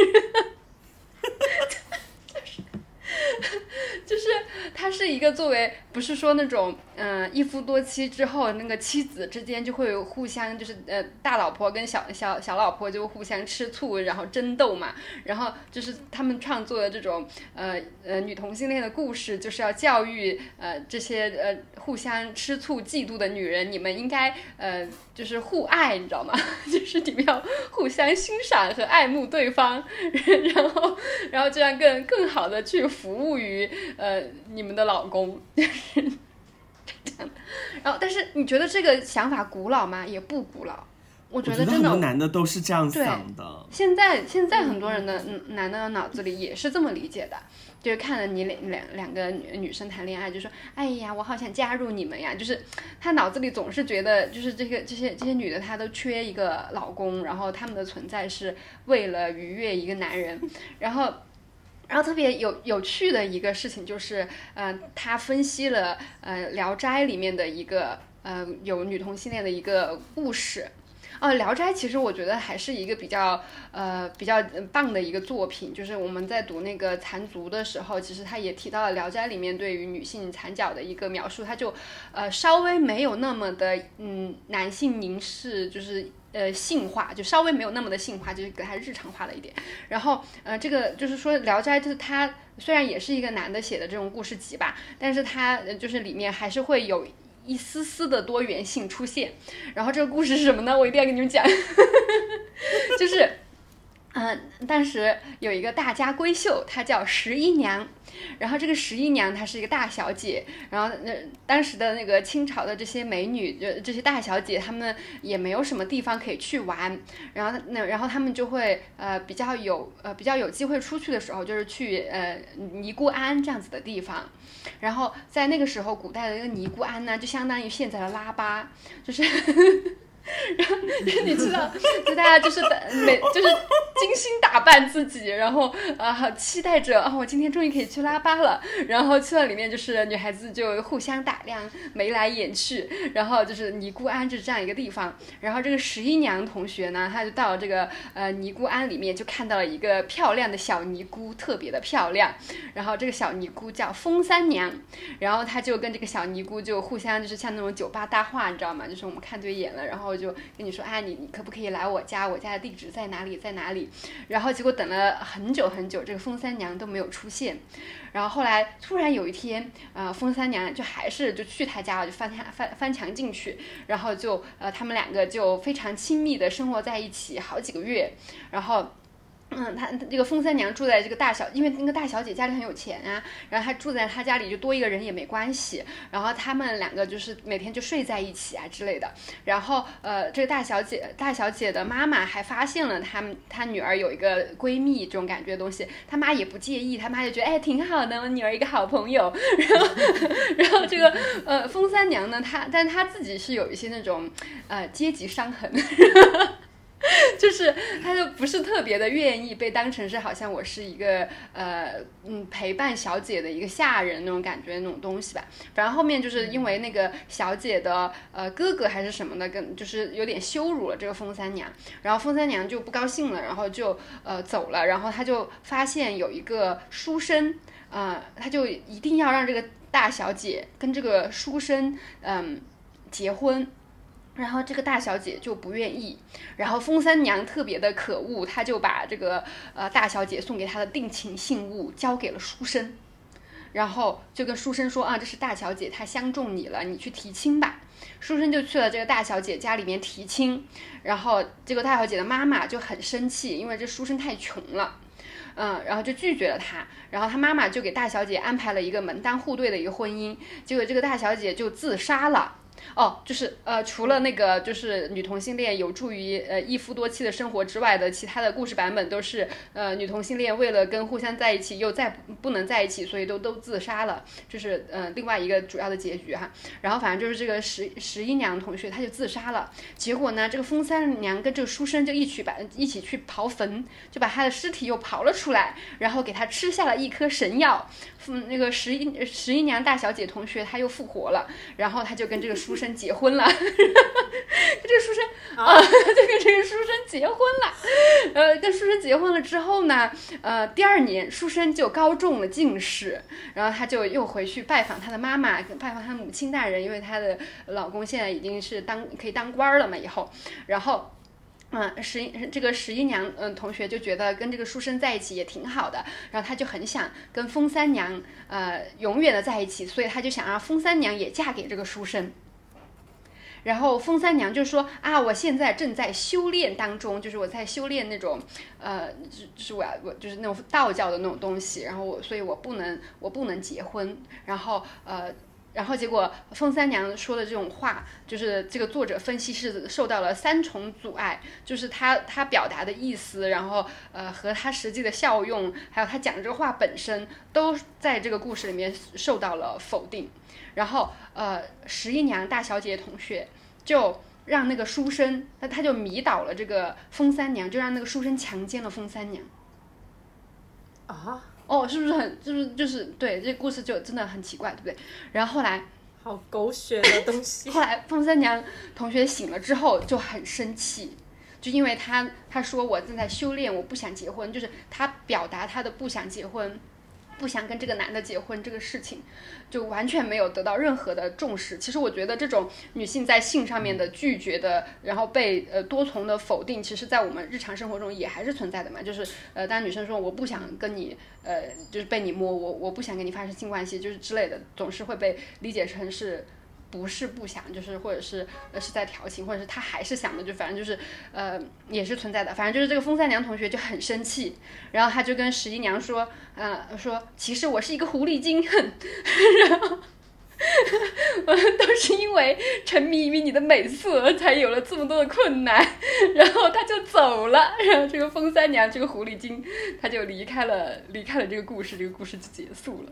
就是它是一个作为不是说那种一夫多妻之后那个妻子之间就会互相就是大老婆跟小老婆就互相吃醋然后争斗嘛，然后就是他们创作的这种女同性恋的故事，就是要教育这些互相吃醋嫉妒的女人，你们应该就是互爱，你知道吗？就是你们要互相欣赏和爱慕对方，然后这样更好的去服务于你们的老公，就是这样。然后，但是你觉得这个想法古老吗？也不古老。我觉得真的很多男的都是这样想的。 现在很多人的男的脑子里也是这么理解的，就是看了你两个女生谈恋爱，就说哎呀，我好想加入你们呀，就是他脑子里总是觉得就是这些女的她都缺一个老公，然后她们的存在是为了愉悦一个男人，然后特别有趣的一个事情就是，他分析了聊斋里面的一个有女同性恋的一个故事。聊斋其实我觉得还是一个比较棒的一个作品，就是我们在读那个残族的时候，其实他也提到了聊斋里面对于女性残角的一个描述，他就稍微没有那么的男性凝视，就是性化，就稍微没有那么的性化，就是给它日常化了一点。然后这个就是说聊斋就是它虽然也是一个男的写的这种故事集吧，但是它就是里面还是会有一丝丝的多元性出现。然后这个故事是什么呢？我一定要跟你们讲就是当时有一个大家闺秀，她叫十一娘，然后这个十一娘她是一个大小姐，然后当时的那个清朝的这些美女，这些大小姐，她们也没有什么地方可以去玩，然后她们就会比较有机会出去的时候，就是去尼姑庵这样子的地方。然后在那个时候，古代的那个尼姑庵呢，就相当于现在的拉巴，就是然后你知道，就大家就是精心打扮自己，然后期待着我今天终于可以去拉巴了。然后去了里面，就是女孩子就互相打量，眉来眼去。然后就是尼姑庵就是这样一个地方。然后这个十一娘同学呢，她就到了这个尼姑庵里面，就看到了一个漂亮的小尼姑，特别的漂亮。然后这个小尼姑叫风三娘，然后她就跟这个小尼姑就互相就是像那种酒吧搭话，你知道吗？就是我们看对眼了，然后就跟你说你可不可以来我家的地址在哪里在哪里。然后结果等了很久很久，这个风三娘都没有出现。然后后来突然有一天风三娘就还是就去他家了，就翻墙进去，然后就他们两个就非常亲密的生活在一起好几个月。然后她这个风三娘住在这个因为那个大小姐家里很有钱啊，然后她住在她家里就多一个人也没关系，然后他们两个就是每天就睡在一起啊之类的。然后这个大小姐的妈妈还发现了她女儿有一个闺蜜这种感觉的东西，她妈也不介意，她妈就觉得挺好的，我女儿一个好朋友。然后这个风三娘呢，但她自己是有一些那种阶级伤痕。就是他就不是特别的愿意被当成是好像我是一个陪伴小姐的一个下人那种感觉那种东西吧。反正后面就是因为那个小姐的哥哥还是什么的，就是有点羞辱了这个风三娘，然后风三娘就不高兴了，然后就走了。然后他就发现有一个书生他就一定要让这个大小姐跟这个书生结婚。然后这个大小姐就不愿意，然后风三娘特别的可恶，她就把这个大小姐送给她的定情信物交给了书生，然后就跟书生说这是大小姐她相中你了，你去提亲吧。书生就去了这个大小姐家里面提亲，然后这个大小姐的妈妈就很生气，因为这书生太穷了。然后就拒绝了他，然后他妈妈就给大小姐安排了一个门当户对的一个婚姻，结果这个大小姐就自杀了。 就是除了那个就是女同性恋有助于一夫多妻的生活之外的其他的故事版本都是女同性恋为了跟互相在一起又再不能在一起，所以都自杀了，就是另外一个主要的结局哈。然后反正就是这个十一娘同学她就自杀了，结果呢这个风三娘跟这个书生就一起去刨坟，就把她的尸体又刨了出来，然后给她吃下了一颗神药。那个十一娘大小姐同学她又复活了，然后她就跟这个书生结婚了，这个书生就跟这个书生结婚了，跟书生结婚了之后呢，第二年书生就高中了进士，然后他就又回去拜访他的妈妈，拜访他母亲大人，因为他的老公现在已经是可以当官了嘛，以后，然后。这个十一娘同学就觉得跟这个书生在一起也挺好的，然后他就很想跟风三娘永远的在一起，所以他就想让风三娘也嫁给这个书生。然后风三娘就说啊，我现在正在修炼当中，就是我在修炼那种就是我就是那种道教的那种东西，然后所以我不能结婚，然后结果风三娘说的这种话，就是这个作者分析是受到了3重阻碍，就是他表达的意思，然后和他实际的效用，还有他讲的这个话本身，都在这个故事里面受到了否定。然后十一娘大小姐同学就让那个书生，他就迷倒了这个风三娘，就让那个书生强奸了风三娘。 啊？ 是不是就是对，这故事就真的很奇怪，对不对？然后后来好狗血的东西。 后来风三娘同学醒了之后就很生气，就因为他说我正在修炼，我不想结婚，就是他表达他的不想结婚，不想跟这个男的结婚这个事情，就完全没有得到任何的重视。其实我觉得这种女性在性上面的拒绝的，然后被多重的否定，其实在我们日常生活中也还是存在的嘛。就是当女生说我不想跟你就是被你摸，我不想跟你发生性关系，就是之类的，总是会被理解成是不是不想，就是或者是是在调情，或者是他还是想的，就反正就是也是存在的。反正就是这个风三娘同学就很生气，然后他就跟十一娘说说其实我是一个狐狸精，然后都是因为沉迷于你的美色才有了这么多的困难，然后他就走了，然后这个风三娘这个狐狸精他就离开了这个故事，这个故事就结束了。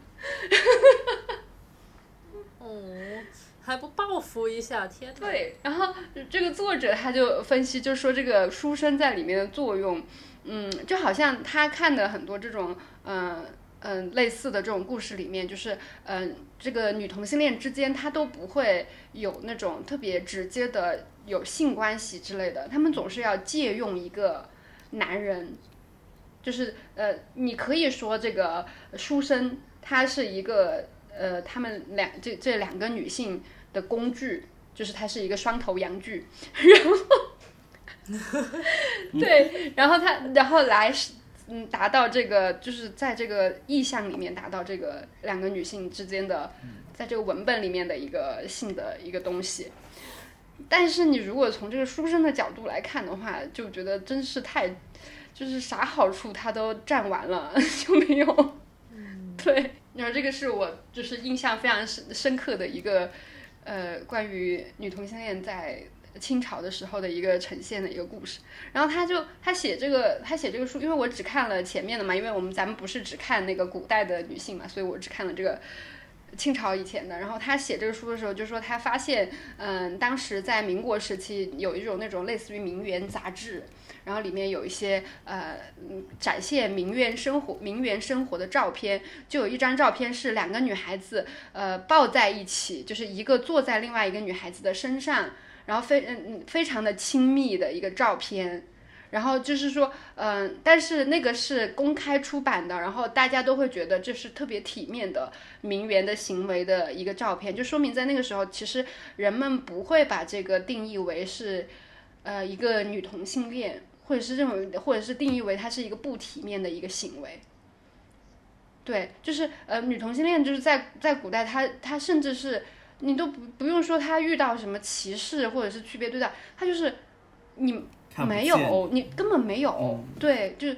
还不报复一下，天哪！ 对，然后这个作者他就分析，就说这个书生在里面的作用，就好像他看的很多这种类似的这种故事里面，就是这个女同性恋之间他都不会有那种特别直接的有性关系之类的，他们总是要借用一个男人，就是你可以说这个书生他是一个他们这两个女性的工具，就是它是一个双头阳具，然后对，然后来达到这个，就是在这个意象里面达到这个两个女性之间的，在这个文本里面的一个性的一个东西。但是你如果从这个书生的角度来看的话，就觉得真是就是啥好处他都占完了，就没有。对，然后这个是我就是印象非常深刻的一个关于女同性恋在清朝的时候的一个呈现的一个故事。然后他写这个书，因为我只看了前面的嘛，因为咱们不是只看那个古代的女性嘛，所以我只看了这个清朝以前的。然后他写这个书的时候就说他发现当时在民国时期有一种那种类似于名媛杂志，然后里面有一些展现名媛生活的照片，就有一张照片是两个女孩子抱在一起，就是一个坐在另外一个女孩子的身上，然后非常的亲密的一个照片。然后就是说但是那个是公开出版的，然后大家都会觉得这是特别体面的名媛的行为的一个照片，就说明在那个时候其实人们不会把这个定义为是一个女同性恋，或者是定义为它是一个不体面的一个行为。对，就是女同性恋就是在古代它甚至是你都不用说他遇到什么歧视或者是区别对待，他就是你没有，你根本没有。对，就是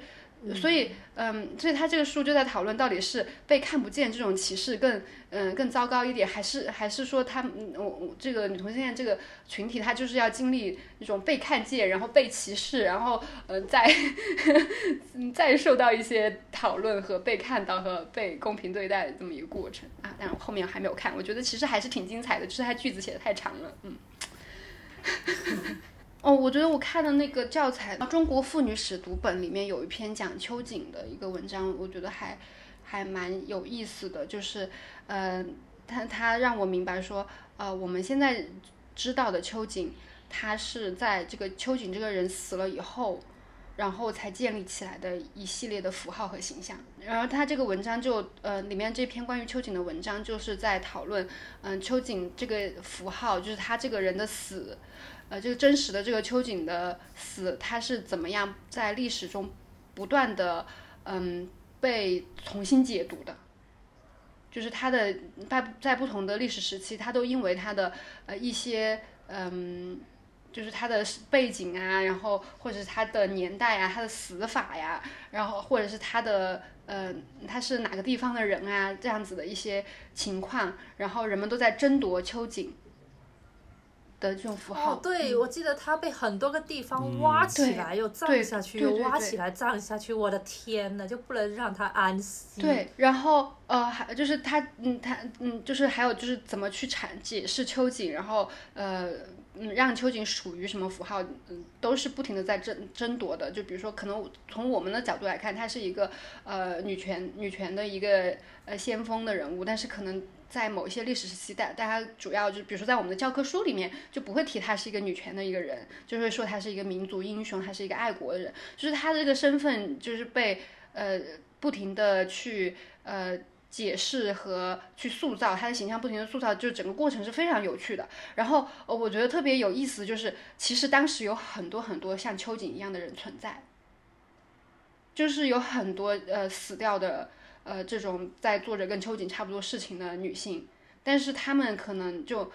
所以他这个书就在讨论到底是被看不见这种歧视更糟糕一点，还是说这个女同性恋这个群体，他就是要经历一种被看见，然后被歧视，然后再受到一些讨论和被看到和被公平对待的这么一个过程啊。但后面还没有看，我觉得其实还是挺精彩的，就是他句子写的太长了，我觉得我看的那个教材《中国妇女史读本》里面有一篇讲秋瑾的一个文章，我觉得还蛮有意思的，就是他让我明白说，我们现在知道的秋瑾，他是在这个秋瑾这个人死了以后，然后才建立起来的一系列的符号和形象。然后他这个文章就里面这篇关于秋瑾的文章就是在讨论秋瑾这个符号，就是他这个人的死，这个真实的这个秋瑾的死，他是怎么样在历史中不断的被重新解读的，就是他的在不同的历史时期，他都因为他的一些就是他的背景啊，然后或者是他的年代啊，他的死法呀，然后或者是他的他是哪个地方的人啊，这样子的一些情况，然后人们都在争夺秋瑾的这种符号。 对，我记得他被很多个地方挖起来又葬下去，又挖起来葬下去，我的天呐，就不能让他安息。 对，然后还就是他就是还有就是怎么去解释秋瑾，然后让秋瑾属于什么符号，都是不停的在争夺的。就比如说，可能从我们的角度来看，他是一个女权的一个先锋的人物，但是可能在某一些历史时期，大家主要就比如说在我们的教科书里面就不会提他是一个女权的一个人，就会说他是一个民族英雄，他是一个爱国的人，就是他的这个身份就是被不停的去解释和去塑造他的形象，不停的塑造，就整个过程是非常有趣的。然后我觉得特别有意思，就是其实当时有很多很多像秋瑾一样的人存在，就是有很多死掉的这种在做着跟秋瑾差不多事情的女性，但是她们可能就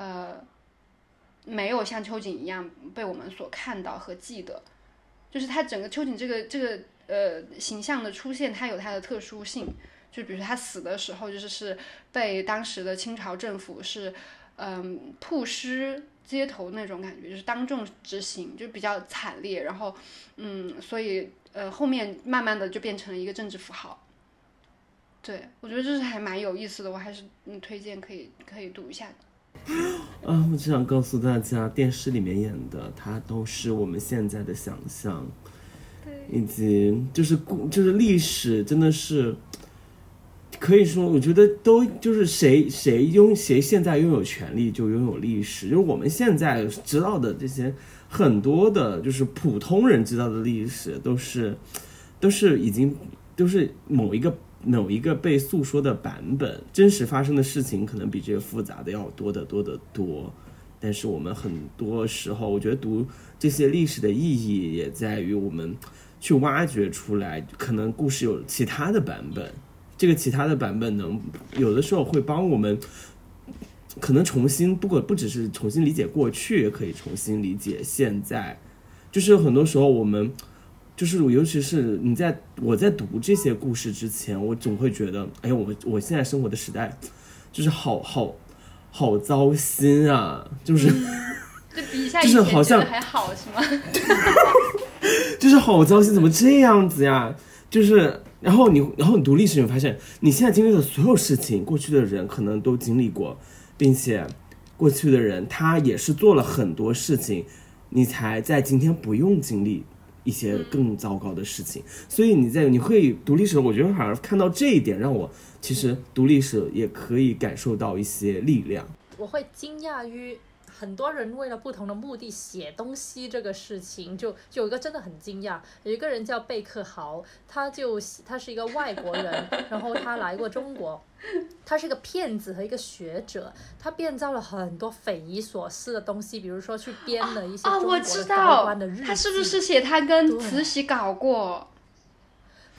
没有像秋瑾一样被我们所看到和记得，就是她整个秋瑾这个形象的出现，它有它的特殊性。就比如说他死的时候，就是被当时的清朝政府是曝尸街头那种感觉，就是当众执行，就比较惨烈。然后所以后面慢慢的就变成了一个政治符号。对，我觉得这是还蛮有意思的，我还是推荐可以读一下的。 我只想告诉大家，电视里面演的它都是我们现在的想象，以及就是历史真的是。可以说，我觉得都就是谁现在拥有权利就拥有历史，就是我们现在知道的这些很多的，就是普通人知道的历史，都是已经都是某一个被诉说的版本，真实发生的事情可能比这个复杂的要多得多。但是我们很多时候，我觉得读这些历史的意义也在于我们去挖掘出来，可能故事有其他的版本。这个其他的版本有的时候会帮我们可能重新，不只是重新理解过去，也可以重新理解现在。就是很多时候我们就是尤其是我在读这些故事之前，我总会觉得我现在生活的时代就是好糟心啊，就是就比一下以前觉得还好是吗？ 就是好糟心，怎么这样子呀？就是然后你读历史，你发现你现在经历的所有事情，过去的人可能都经历过，并且过去的人他也是做了很多事情，你才在今天不用经历一些更糟糕的事情。所以你会读历史，我觉得好像看到这一点，让我其实读历史也可以感受到一些力量。 我会惊讶于很多人为了不同的目的写东西这个事情，就有一个真的很惊讶，有一个人叫贝克豪，他是一个外国人，然后他来过中国，他是一个骗子和一个学者，他编造了很多匪夷所思的东西，比如说去编了一些中国的高官的日记。 他是不是写他跟慈禧搞过？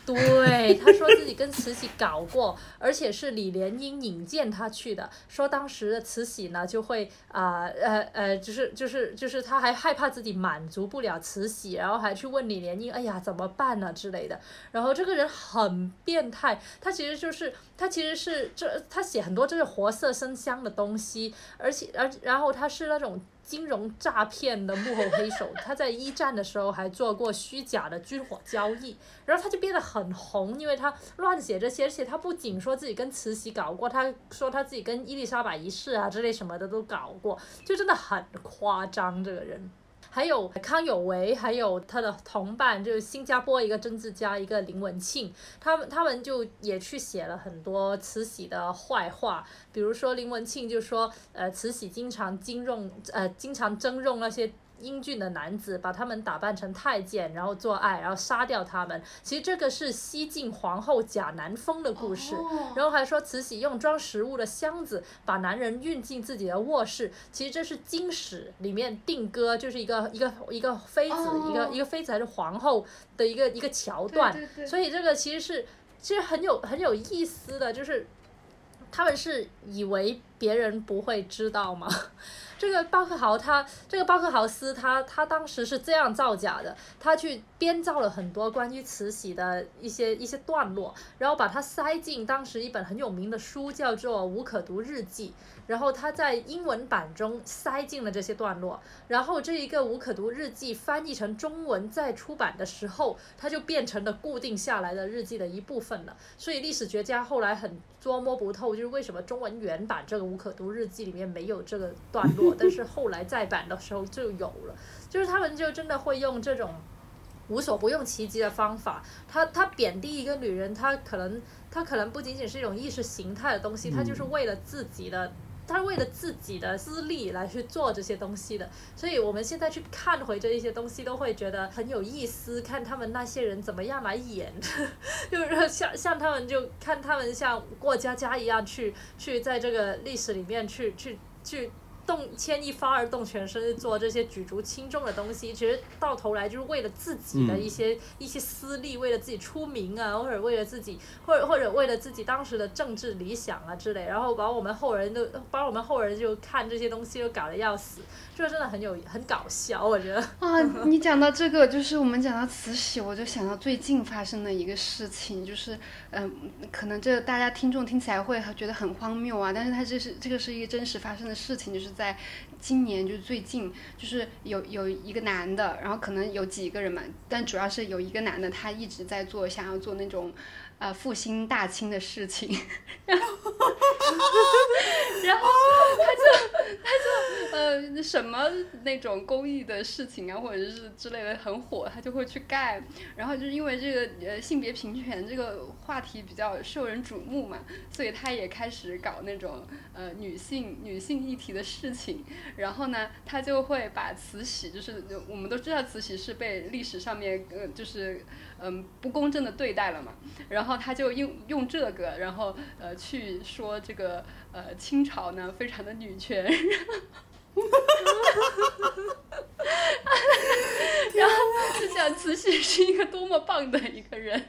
对，他说自己跟慈禧搞过，而且是李莲英引荐他去的。说当时的慈禧呢，就会就是他还害怕自己满足不了慈禧，然后还去问李莲英，哎呀怎么办呢之类的。然后这个人很变态，他其实是他写很多这个活色生香的东西，然后他是那种金融诈骗的幕后黑手，他在一战的时候还做过虚假的军火交易，然后他就变得很红，因为他乱写这些，而且他不仅说自己跟慈禧搞过，他说他自己跟伊丽莎白一世啊之类什么的都搞过，就真的很夸张这个人。还有康有为，还有他的同伴，就是新加坡一个政治家，一个林文庆，他们就也去写了很多慈禧的坏话，比如说林文庆就说，慈禧经常征用那些英俊的男子，把他们打扮成太监，然后做爱，然后杀掉他们。其实这个是西晋皇后贾南风的故事。然后还说慈禧用装食物的箱子把男人运进自己的卧室，其实这是金史里面定歌，就是一个妃子，一个妃子还是皇后的一个桥段。所以这个其实很有意思的，就是他们是以为别人不会知道吗？这个鲍克豪斯他当时是这样造假的，他去编造了很多关于慈禧的一些段落，然后把它塞进当时一本很有名的书叫做《无可读日记》，然后他在英文版中塞进了这些段落，然后这一个《无可读日记》翻译成中文再出版的时候，它就变成了固定下来的日记的一部分了。所以历史学家后来很捉摸不透，就是为什么中文原版这个《无可读日记》里面没有这个段落，但是后来再版的时候就有了。就是他们就真的会用这种无所不用其极的方法，他贬低一个女人，他可能不仅仅是一种意识形态的东西，他就是为了自己的私利来去做这些东西的。所以我们现在去看回这一些东西都会觉得很有意思，看他们那些人怎么样来演就是像他们就看他们像过家家一样去在这个历史里面去牵一发而动全身做这些举足轻重的东西，其实到头来就是为了自己的一些私利，为了自己出名啊，或者为了自己或者为了自己当时的政治理想啊之类，然后把我们后人就看这些东西就搞得要死，这真的很搞笑，我觉得。 啊，你讲到这个，就是我们讲到慈禧，我就想到最近发生的一个事情，就是可能这大家听众听起来会觉得很荒谬啊，但是这个是一个真实发生的事情，就是在今年就是最近，就是有一个男的，然后可能有几个人嘛，但主要是有一个男的，他一直在想要做那种复兴大清的事情，然后他就什么那种公益的事情啊，或者是之类的很火，他就会去干。然后就是因为这个性别平权这个话题比较受人瞩目嘛，所以他也开始搞那种女性议题的事情。然后呢，他就会把慈禧，就是我们都知道慈禧是被历史上面就是不公正的对待了嘛，然后他就用这个，然后去说这个清朝呢非常的女权，然后就讲慈禧是一个多么棒的一个人，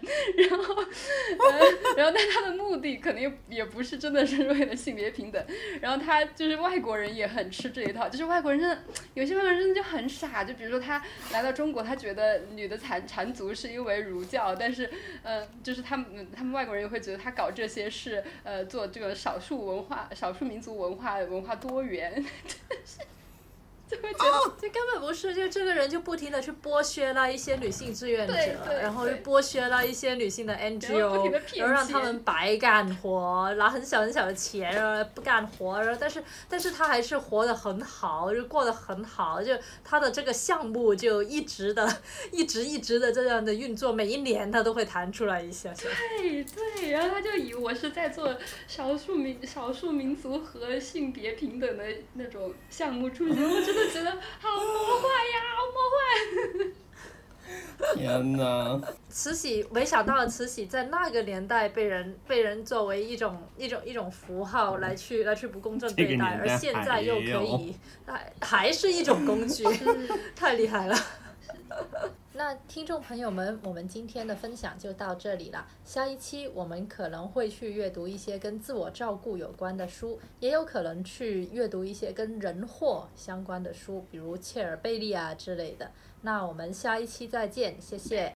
然后但他的目的肯定也不是真的是为了性别平等，然后他就是外国人也很吃这一套，就是外国人真的有些外国人真的就很傻，就比如说他来到中国，他觉得女的缠足是因为儒教，但是就是他们外国人也会觉得他搞这些是做这个少数民族文化多元。就会觉得这根本不是，就这个人就不停的去剥削了一些女性志愿者，然后就剥削了一些女性的 NGO， 然后让他们白干活，拿很小的钱，然后不干活，然后但是他还是活得很好，就过得很好，就他的这个项目就一直的这样的运作，每一年他都会弹出来一下。 对，然后他就以为我是在做少数民族和性别平等的那种项目出去，我真的觉得好魔幻呀，好魔幻！ 天哪！ 没想到慈禧在那个年代被人作为一种符号来去不公正对待，而现在又可以还是一种工具，太厉害了。 那听众朋友们，我们今天的分享就到这里了。下一期我们可能会去阅读一些跟自我照顾有关的书，也有可能去阅读一些跟人祸相关的书，比如切尔贝利啊之类的。那我们下一期再见，谢谢。